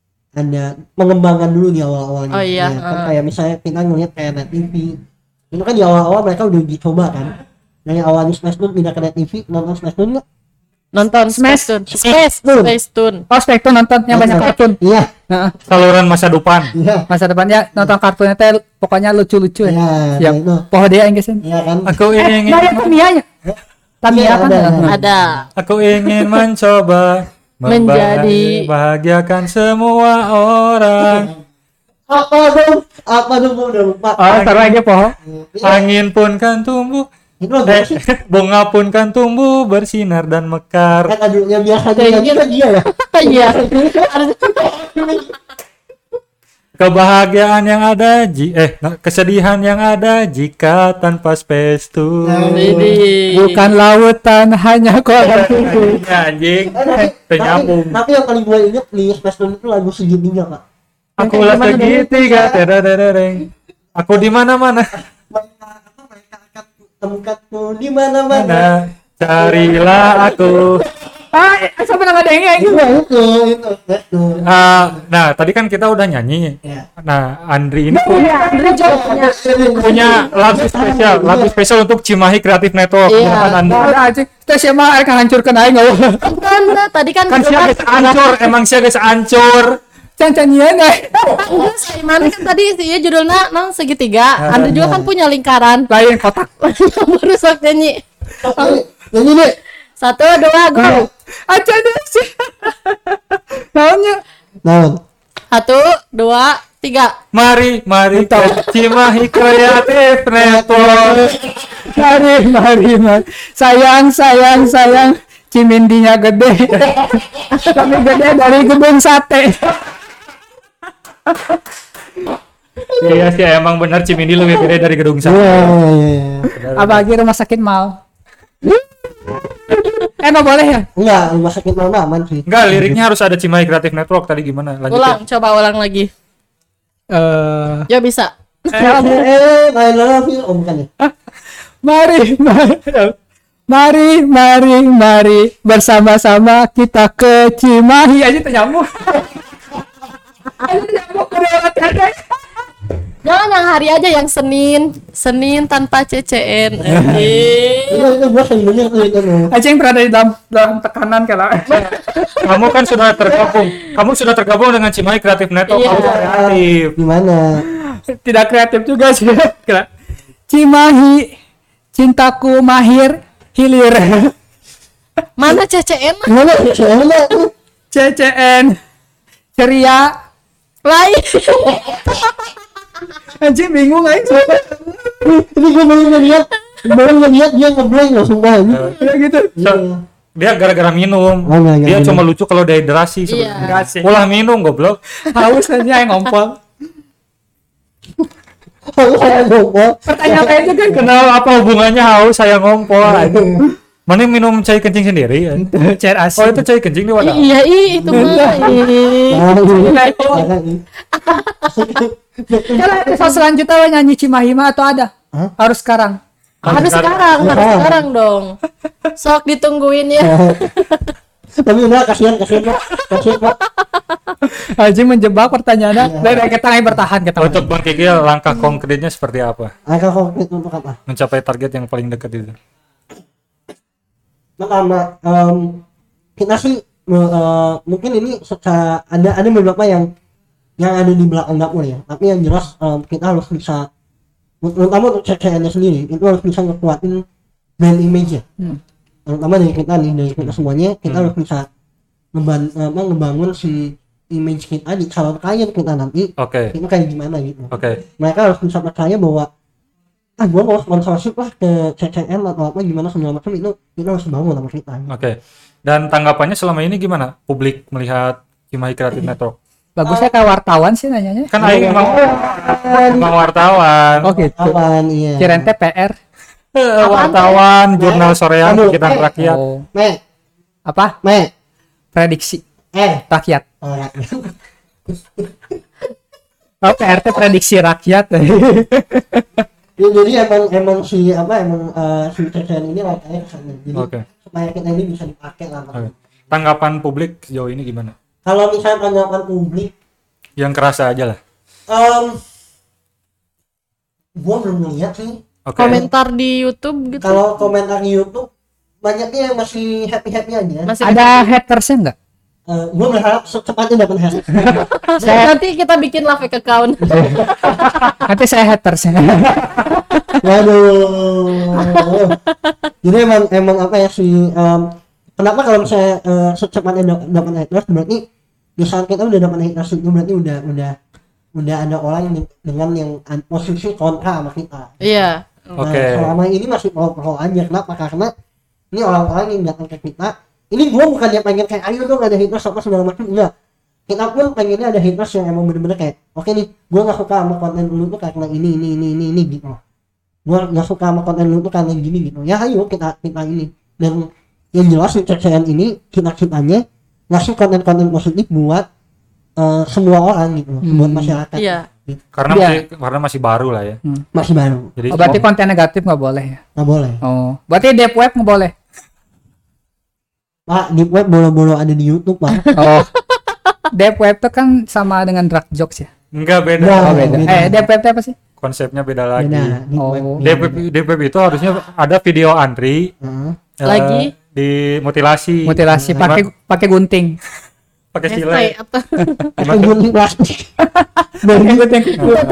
ada mengembangkan dulu di awal-awalnya. Oh iya, Ya, kan uh. kayak misalnya kita ngeliat kayak Net T V itu kan di awal-awal mereka udah dicoba kan dari awalnya Smash Tune pindah ke Net T V nonton Smash Tune nggak? Nonton Smash. Space Tune. Space Space Tune. Space Tune. Oh, Spektrum nonton yang banyak kartun. Iya Nah, Saluran masa depan. iya masa depannya nonton kartunnya teh pokoknya lucu-lucu iya ya. nah itu Pohon dia yang gesin. iya kan Aku ingin Nah, yang Tamiya-nya. Tamiya Iya, kan? ada, ada. Ada. Aku ingin mencoba Menjadi- membahagiakan semua orang. apa dong apa dong gua udah lupa Oh, taruh aja pohon. Iya, Angin pun kan tumbuh, itu lagu eh, apa sih bunga pun kan tumbuh bersinar dan mekar. kan lagunya biasanya nyanyi kan dia ya Iya. Kebahagiaan yang ada, ji eh nah, kesedihan yang ada jika tanpa Space Tune. Widih. Bukan lautan, hanya kolam susu. Ya, anjing, Eh, tapi, tapi, penyambung. tapi yang paling gue inget di Space Tune itu lagu segitiga pak. Aku Yang lah gimana dong? segitiga, terereng. Aku di mana-mana. Mereka apa mereka akan temukanku di mana-mana. Mana carilah aku. Ah, siapa nggak ada yang Itu itu itu itu. Ah, nah, tadi kan kita udah nyanyi. Ya. Nah, Andri ini pun Andri jawabnya. punya lagu spesial, lagu spesial untuk Cimahi Creative Network. Iya. Gimana, Andri? Ada aja. Kita siapa akan hancurkan aja nggak? Kan tadi kan Kan sia geus ancur, emang sia geus ancur. Cancanyian eh. Enggak, saya mana kan tadi sih ya judulnya non segitiga. Andri juga kan punya lingkaran. Lain kotak. Baru sok nyanyi. Tapi ini nih Satu, dua, go. Aja deh sih. Tahunya. nah Satu, dua, tiga. Mari, mari ke Cimahi Creative Network. Mari, mari, mari. Sayang, sayang, sayang. Cimindinya gede. Tapi gede dari gedung sate. Iya sih, emang benar Cimindi lebih gede dari gedung iya sate. iya iya. Apalagi rumah sakit mal. Eh, nggak boleh ya? Enggak, rumah sakit mama aman sih. Enggak, liriknya harus ada Cimahi Creative Network. Tadi gimana? Lanjutin. Ulang, coba ulang lagi. Eh, Ya bisa. Eh, I love you. Oh bukan ya. mari, mari. Mari, mari, mari bersama-sama kita ke Cimahi aja ternyambung. Aja ternyambung ke lewat ada. Jangan yang hari aja yang Senin. Senin tanpa C C N. Eh. Itu itu gua sering denger tuh itu. tuh. Aja yang berada di dalam, dalam tekanan kalah. Kamu kan sudah tergabung. Kamu sudah tergabung dengan Cimahi Creative Network. Iya. Kamu kreatif. Gimana? Tidak kreatif juga sih. Kira. Cimahi, cintaku mahir, hilir. Mana C C N? Gimana? Soalnya tuh C C N, ceria. Lain. Anjing bingung aja. ini gua baru ngeliat baru ngeliat dia ngeblank loh sumpah ini. Udah gitu. So, dia gara-gara minum. Oh, gara-gara dia minum. cuma lucu kalau dehidrasi Iya. sebenarnya. Enggak sih. Ulah minum goblok. Haus aja yang ngompol. Oh, saya ngompol. Pertanyaan lain juga kan. Kenal apa hubungannya haus saya ngompol. Mana minum cai kencing sendiri ya? Cair Oh asin. itu cai kencing di wadah. Iya, ih, itu mah. ih. Ah, iya. Kalau episode selanjutnya lo nyanyi Cimahi mah atau ada? Hah? Harus sekarang. Harus sekarang, harus sekarang dong. Sok ditungguin ya. Tapi enggak, kasihan kasihan Pak. Kasihan Pak. Haji menjebak pertanyaannya. Dari kita nggak bertahan kita. Untuk Bang Kikil langkah konkretnya seperti apa? Angka konkret untuk apa? Mencapai target yang paling dekat itu. Pertama, em, kita sih me- eh, mungkin ini secara ada ada beberapa yang yang ada di belakang dapur ya. Tapi yang jelas em, kita harus bisa, terutama untuk C C N-nya sendiri itu harus bisa ngekuatin brand image-nya. Hmm. Terutama dari kita nih, dari kita semuanya kita Hmm. harus bisa ngeban- apa, ngebangun si image kita di calon klien kita nanti Oke. itu kayak gimana gitu. Oke. Mereka harus bisa percaya bahwa ah gua mau sponsorship lah ke C C N atau apa gimana segala macam, itu itu harus bangun sama kita. Oke. Dan tanggapannya selama ini gimana? Publik melihat Cimahi Creative Network. Bagusnya kayak wartawan sih nanyanya. Kan aing emang emang wartawan. Oh gitu. Kawan, iya. Kirain T P R. Eh, wartawan, jurnal sorean, Aduh, kita eh. rakyat. Oh. Me, Apa? me, Prediksi eh, rakyat. oh, ya. Oh, P R T prediksi rakyat. Ya, jadi emang emang si apa emang eh, si C C N ini rasanya kesana. Jadi Oke. supaya kita ini bisa dipakai lah. Pak. Oke. Tanggapan publik sejauh ini gimana? Kalau misalnya tanggapan publik, Yang kerasa aja lah. em, gua belum ngeliat sih. Oke. Komentar di YouTube gitu. Kalau komentar di YouTube banyaknya yang masih happy happy aja. Masih Ada hatersnya nggak? Eh, gua berharap secepatnya dapat hasil. nanti kita bikin lah fake account. Nanti saya hatersnya. Waduh. Jadi emang emang apa ya si em, kenapa kalau misalnya eh, secepatnya dap- dapat haters berarti di saat kita udah dapat haters itu berarti udah udah udah ada orang yang di- dengan yang an- posisi kontra sama kita. Iya. Nah, Oke. selama ini masih pro-pro aja. Kenapa? Karena ini orang-orang yang datang ke kita. Ini gua bukan yang pengen kayak ayo dong ada haters apa segala macam, enggak. Kita pun pengennya ada haters yang emang bener-bener kayak oke nih, gua nggak suka sama konten lu tuh karena ini ini ini ini, ini gitu. Gua nggak suka sama konten lu tuh karena gini gitu. Ya ayo kita kita ini. Dan yang jelas di C C N ini kita kitanya ngasih konten-konten positif buat eh, semua orang gitu, Hmm. buat masyarakat. Iya. Karena Iya. masih karena masih baru lah ya. Masih baru, Jadi Oh, berarti konten negatif nggak boleh ya? nggak boleh. Oh, berarti deep web nggak boleh. Pak, di web bolo-bolo ada di YouTube, Pak. Oh, deep web itu kan sama dengan drag jokes ya? enggak beda. Nah, Oh beda. beda. Eh, deep web itu apa sih? Konsepnya beda lagi. Beda, di Oh. web. D P P, D P P itu harusnya ada video antri Heeh. eh, Lagi? di mutilasi. Mutilasi Gimana? pakai pakai gunting. pakai Esai silet. atau Pakai gunting plastik. Pakai gunting.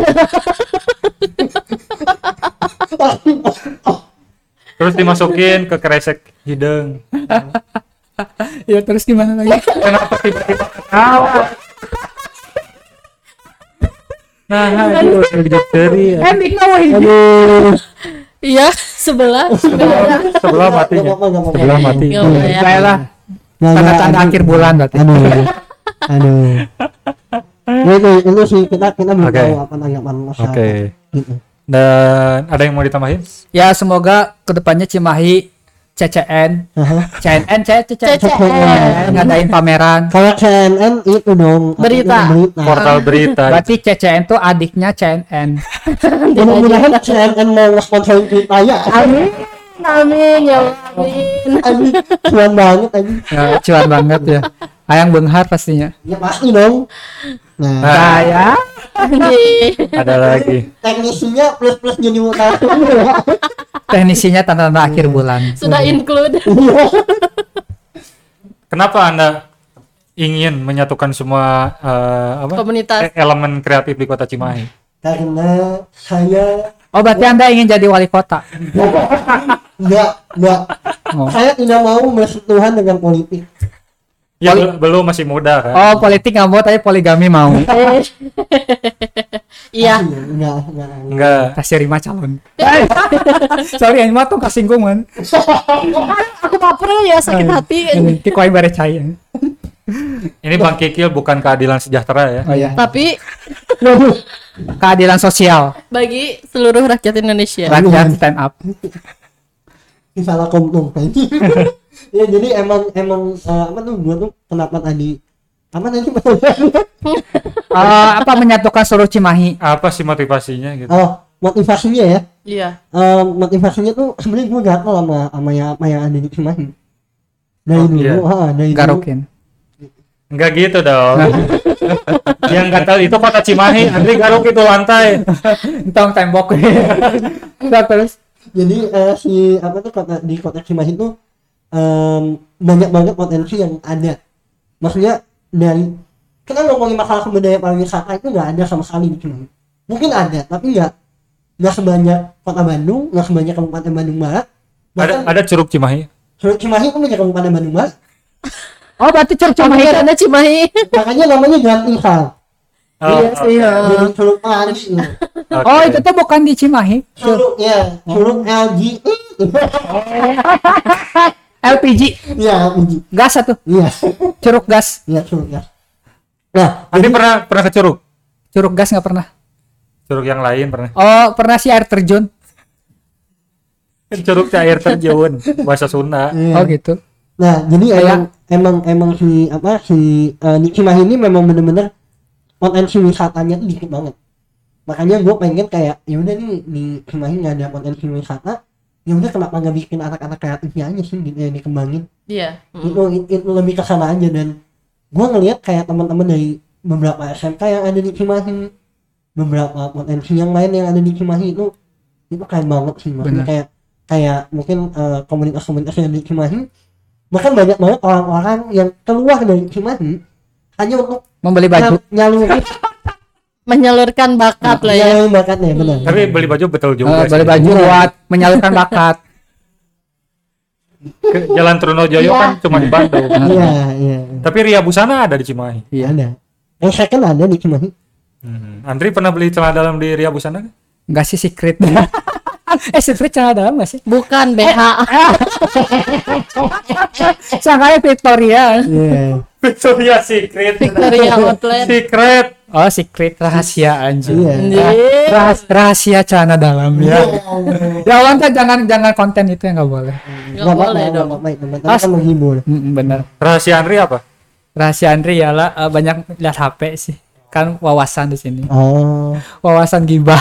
Terus dimasukin ke kresek hidung. Ya terus gimana lagi? Kenapa tiba-tiba ketawa? Nah, aduh, dari ya. Ending no way. Aduh, iya sebelah. Sebelah. sebelah matinya. Nggak apa-apa, nggak apa-apa. Sebelah mati. Nggak apa ya. Saya lah. Nggak, nggak, Tanda-tanda aduh. akhir bulan berarti. Aduh. Aduh. Ya, itu itu sih kita kita belum Oke. tahu apa tanggapan masyarakat. Oke. Gitu. Dan ada yang mau ditambahin? Ya semoga kedepannya Cimahi C C N, Aha. C N N, C C C C N. ngadain pameran. Kalau C N N itu dong Berita. artinya berita. Portal berita. Berarti C C N tuh adiknya C N N. Mudah-mudahan C N N mau nge-sponsorin kita ya. Amin. Amin ya Allah, amin. Aduh, cuan banget aja. Ya, cuan banget ya. Ayang Benghar pastinya. Ya pasti dong. Nah, Nah, Saya Anjing. ada lagi. teknisinya plus-plus jadi mutasi. teknisinya tanda-tanda akhir bulan. Sudah include. Kenapa Anda ingin menyatukan semua eh, apa? Komunitas. e- elemen kreatif di Kota Cimahi? Karena saya Oh berarti Anda ingin jadi wali kota? enggak, enggak. Oh, Saya tidak mau bersentuhan dengan politik. Ya bel- belum masih muda kan. oh politik nggak mau tapi poligami mau. Iya. Enggak, enggak. Enggak. Kasih lima calon. Sorry yang mah tuh kasinggung man. Aku baper ya sakit hati. Ini koin bare cai. Ini Bang Kikil bukan keadilan sejahtera ya. Oh ya. Tapi Keadilan sosial. bagi seluruh rakyat Indonesia. Rakyat stand up. salah kompong ya jadi emang emang uh, apa tuh gua tuh kenapa tadi apa tadi Eh, apa menyatukan seluruh Cimahi. Apa sih motivasinya gitu? oh motivasinya ya Iya. um, motivasinya tuh sebenarnya gua gatel sama sama yang apa yang ada di Cimahi dari Oh, dulu iya. ha, dari dulu Garukin. Enggak gitu dong. Yang gatal itu kota Cimahi, Andri garuk itu lantai. Entong tembok. Udah terus. jadi uh, si apa tuh kota di kota Cimahi itu um, banyak banget potensi yang ada maksudnya dari kita ngomongin masalah kebudayaan pariwisata itu nggak ada sama sekali di Cimahi mungkin ada tapi nggak nggak sebanyak kota Bandung nggak sebanyak Kabupaten Bandung Barat Ada bahkan ada Curug Cimahi. Curug Cimahi itu punya Kabupaten Bandung Barat Oh, berarti Curug Cimahi. Cimahi karena Cimahi. makanya namanya ganti hal Oh, Iya sih. oke. ya. jadi Curug Paris gitu. Oke. Oh, itu tuh bukan di Cimahi. Curug ya Curug L G L P G. ya L G Gas satu. iya Curug gas. iya Curug ya nah Andri pernah pernah ke Curug? Curug gas nggak pernah. Curug yang lain pernah. Oh, pernah sih air terjun. Curug air terjun bahasa Sunda. iya. Oh, gitu. Nah, jadi Kayak- emang emang emang si apa si uh, di Cimahi ini memang bener-bener potensi wisatanya tuh dikit banget. Makanya gue pengen kayak ya udah nih di Cimahi nggak ada potensi wisata, ya udah kenapa nggak bikin anak-anak kreatifnya aja sih gitu yang dikembangin. Iya. Mm. Itu, itu itu lebih ke sana aja dan gue ngelihat kayak teman-teman dari beberapa S M K yang ada di Cimahi, beberapa potensi yang lain yang ada di Cimahi itu itu keren banget sih. Maksudnya Benar. kayak kayak mungkin uh, komunitas-komunitas yang di Cimahi bahkan banyak banget orang-orang yang keluar dari Cimahi hanya untuk Membeli baju. nyal- nyalurin Menyalurkan bakat lah ya. nyalurin bakatnya benar. Tapi beli baju betul Eh, juga beli sih. baju buat menyalurkan bakat. Ke Jalan Trunojoyo kan cuma di Bandung. Iya iya Tapi Ria Busana ada di Cimahi. Iya. ada. Yang second ada di Cimahi. Hmm. Andri pernah beli celana dalam di Ria Busana? kan? Enggak sih secret. eh, secret celana dalam enggak sih? Bukan B H. Sangkanya Victoria. Iya. Victoria Secret. Victoria Outlet. Secret. Oh, secret rahasia anjing. Iya. Anjir. Rahas- rahasia celana dalam ya. Ya Allah, ntar jangan jangan konten itu yang nggak boleh. Nggak boleh apa-apa, dong. nggak apa-apa, teman-teman. Tapi kan menghibur. Mm, bener. Rahasia Andri apa? Rahasia Andri ialah eh, banyak lihat H P sih. Kan wawasan di sini. Oh. Wawasan gibah.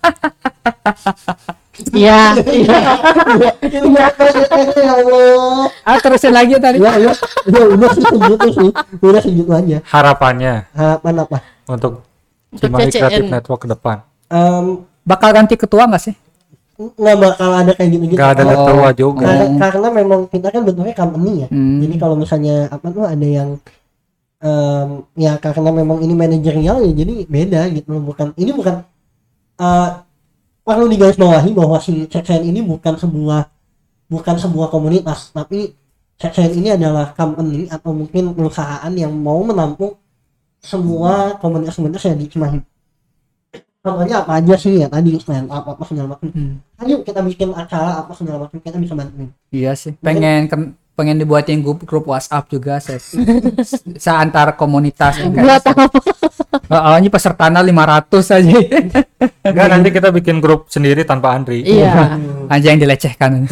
Iya. Iya. Iya, ya Allah. ah, terusin lagi tadi. Ya, ya, ya, udah sih segitu sih, udah segitu aja. Harapannya Harapan apa? untuk Untuk Cimahi C C N. Creative Network ke depan. Um, Bakal ganti ketua nggak sih? nggak bakal ada kayak gitu-gitu. Gak ada Oh. ketua juga. Karena, karena memang kita kan bentuknya company ya. Hmm. Jadi kalau misalnya apa tuh ada yang um, ya karena memang ini manajerial ya jadi beda gitu loh. Bukan ini bukan uh, perlu digarisbawahi bahwa si C C N ini bukan sebuah bukan sebuah komunitas, tapi C C N ini adalah company atau mungkin perusahaan yang mau menampung semua komunitas-komunitas yang di Cimahi. Contohnya apa aja sih ya tadi stand up apa segala macam. Hmm. Ayo kita bikin acara apa segala macam kita bisa bantuin. Iya sih. Pengen ken- pengen dibuatin grup grup WhatsApp juga saya. Seantar komunitas. Buat apa? Oh, ini pesertanya lima ratus aja. Enggak, nanti kita bikin grup sendiri tanpa Andri. Iya. Aja yang dilecehkan.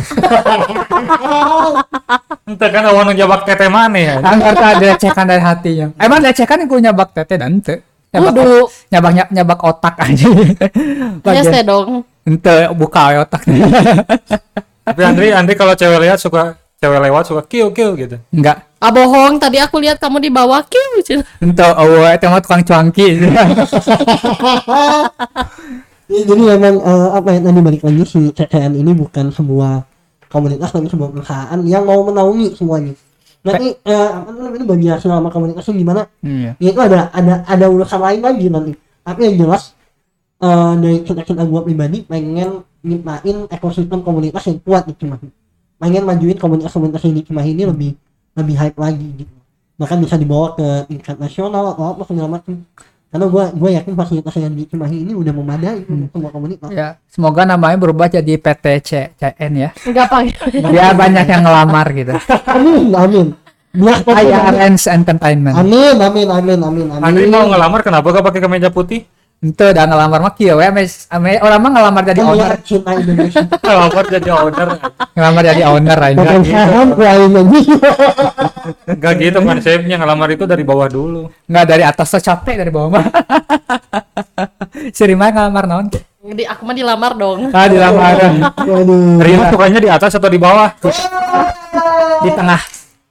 Ente kan awan jabak tete mana ya? Anggar tak dilecehkan dari hatinya. Emang dilecehkan yang punya nyabak tete dan ente. Nyabak, Waduh. nyabak, nyabak, nyabak otak aja. Yes ya dong. Ente buka we otak. Tapi Andri, Andri kalau cewek lihat suka cewek lewat suka kiu kiu gitu. Enggak. Ah bohong, tadi aku lihat kamu di bawah kiu. Ente oh itu mah tukang cuangki. Ya, jadi memang eh, apa ya tadi balik lagi si C C N ini bukan sebuah komunitas tapi sebuah perusahaan yang mau menaungi semuanya. Nanti eh, apa namanya bagi hasil sama komunitasnya gimana? Iya. Ya itu ada ada ada urusan lain lagi nanti. Tapi yang jelas eh, dari cita-cita gua pribadi pengen nyiptain ekosistem komunitas yang kuat di Cimahi. Pengen majuin komunitas-komunitas yang di Cimahi ini lebih lebih hype lagi gitu. Bahkan bisa dibawa ke tingkat nasional atau apa segala macam. Karena gua gua yakin fasilitas yang di Cimahi ini udah memadai untuk semua komunitas. Ya, semoga namanya berubah jadi P T C C N ya. Enggak pakai. Biar banyak yang ngelamar gitu. Amin, amin. Biar Kayak Arrange Entertainment. Amin, amin, amin, amin, amin. Andri mau ngelamar kenapa gak pakai kemeja putih? Ente udah ngelamar mah kieu we ame ame orang mah ngelamar jadi Oh owner. ya, cinta Indonesia. Ngelamar jadi owner. Ngelamar jadi owner aja. Bukan saham lain lagi. Enggak gitu konsepnya, ngelamar itu dari bawah dulu. Enggak dari atas tuh capek dari bawah mah. Si Rima ngelamar naon? Di aku mah dilamar dong. Ah dilamar Waduh. Rima sukanya di atas atau di bawah? di tengah.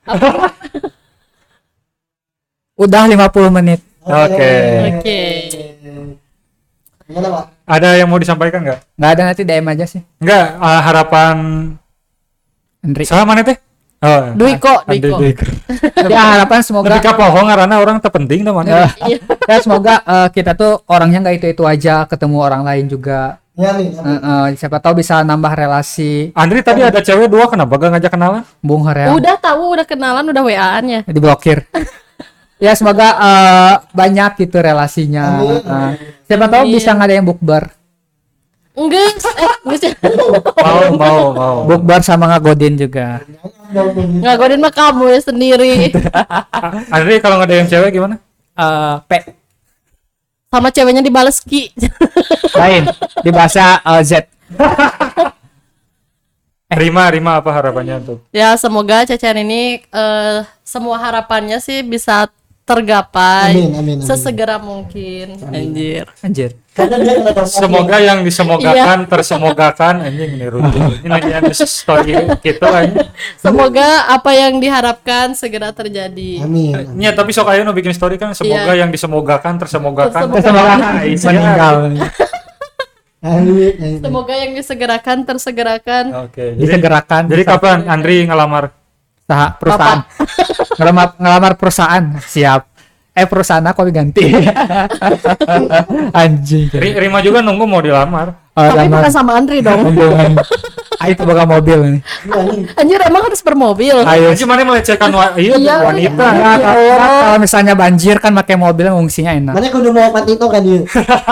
Udah lima puluh menit. Oke. Oke. Gimana, Pak? Ada yang mau disampaikan nggak? Nggak ada, nanti D M aja sih. Nggak, uh, harapan Andri. sama mana teh? Oh, Duiko, Andri Duiko. Ya harapan semoga Ketika pohon karena orang terpenting teman. ya, Iya. ya semoga eh, kita tuh orangnya nggak itu itu aja, ketemu orang lain juga. Ya, nih. Eh, eh, siapa tahu bisa nambah relasi. Andri tadi ada cewek dua, kenapa gak ngajak kenalan? Bung Hoream Udah tahu, udah kenalan, udah W A-an ya. diblokir. Ya semoga eh, banyak gitu relasinya. Eh, siapa tahu Amin. bisa ngadain bukber. Enggak, eh, enggak. Mau, mau, mau. Bukber sama ngagodin juga. Nggak godain mah kamu ya sendiri. Andri kalau ngadain cewek gimana? Eh, P Sama ceweknya dibales Ki. lain di bahasa eh, Z. Rima, Rima apa harapannya tuh? Ya semoga Cecean ini eh, semua harapannya sih bisa tergapai Amin, amin, amin. sesegera mungkin. Anjir. Anjir. Karena dia kena Semoga yang disemogakan tersemogakan anjing ini rutin. Ini nanya story gitu aja. Semoga apa yang diharapkan segera terjadi. Amin. Nya tapi sok ayo nu bikin story kan semoga Iya. yang disemogakan tersemogakan. Tersemogakan. Meninggal. Amin. amin. Semoga yang disegerakan tersegerakan. Oke. Jadi, Disegerakan. jadi kapan Andri ngelamar? Saha perusahaan. ngelamar ngelamar perusahaan. Siap. Eh perusahaan aku ganti. Anjing. Ri- Rima juga nunggu mau dilamar. Oh, Tapi lamar. bukan sama Andri dong. Rombongan. Ayo tuh boga mobil nih. Iya, nih. Anjir emang harus bermobil. Ayo. Anjing mana melecehkan wa- iya, Iya, wanita. Nah, kalau, kalau misalnya banjir kan pakai mobil ngungsinya enak. Mana kudu mau mati itu kan dia.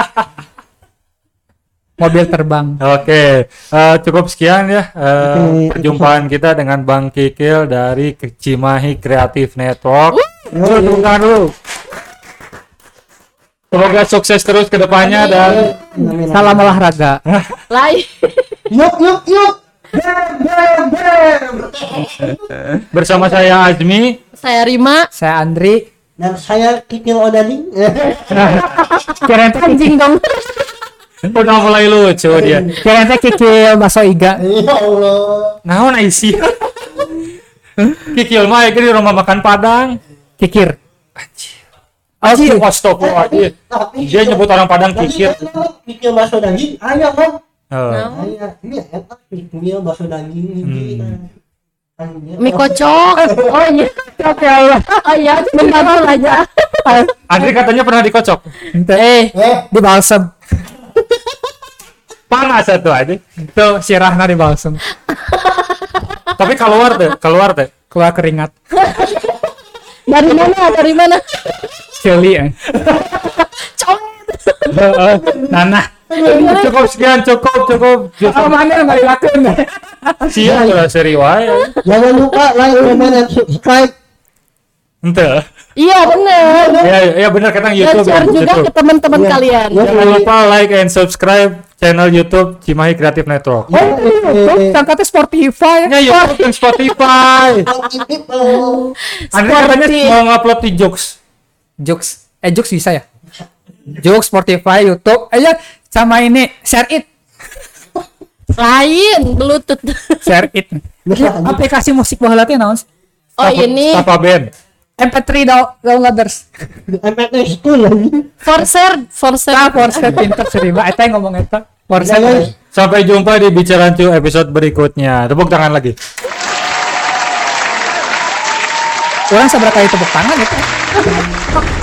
Mobil terbang. Oke, eh, cukup sekian ya eh, Oke. perjumpaan kita dengan Bang Kikil dari Cimahi Creative Network. Dulu, tepuk tangan dulu. Semoga sukses terus ke depannya dan Amin. Salam olahraga. Lain. Yuk, yuk, yuk. Bam, bam, bam. bersama saya Azmi. Saya Rima. Saya Andri. Dan saya Kikil Odading. Kirain teh Anjing dong. Udah mulai lucu dia. kirain teh kikil bakso iga. Ya Allah. Naon isi? Kikil mah ini di rumah makan Padang. Kikir. Oh, astagfirullahaladzim. Tapi Dia nyebut orang Padang kikir. Kikil bakso daging. Ayah kan. Oh. Ayah. Ini enak. Kikil bakso daging. Ini. Mie kocok. Oh iya. Oke Allah. Oh iya, bentar aja. Andri katanya pernah dikocok. Eh, Eh. di balsem. Panas satu aja. Tuh sirahna di balsem. Tapi keluar deh, keluar deh. Keluar keringat. Dari mana? Dari mana? Celi eh. Cong. Nana. Cukup sekian, cukup, cukup. Oh mana nggak dilakuin. Siap, udah seri wae. Jangan lupa like, comment, dan subscribe. Ente. Iya bener. Ya, ya benar kata Dan YouTube. share ya, juga YouTube. ke teman-teman Iya. kalian. Iya. Jangan lupa like and subscribe channel YouTube Cimahi Creative Network. Oh, itu sangkatnya Spotify. Ya, YouTube dan Spotify. People. Andri katanya mau ngupload di Jokes. Jokes. Eh Jokes bisa ya? Jokes, Spotify, YouTube. Eh ya, sama ini Share It. Lain Bluetooth. Share It. Ya, aplikasi musik baheula teh naon? Oh ini Apa band? M P three down- downloaders. M P tiga school lagi. Forser, Forser. Ah, Forset pinter seriba. Eta yang ngomong eta. Forset. Guys. Sampai jumpa di Bicara Cu episode berikutnya. Tepuk tangan lagi. Orang seberapa kali tepuk tangan itu?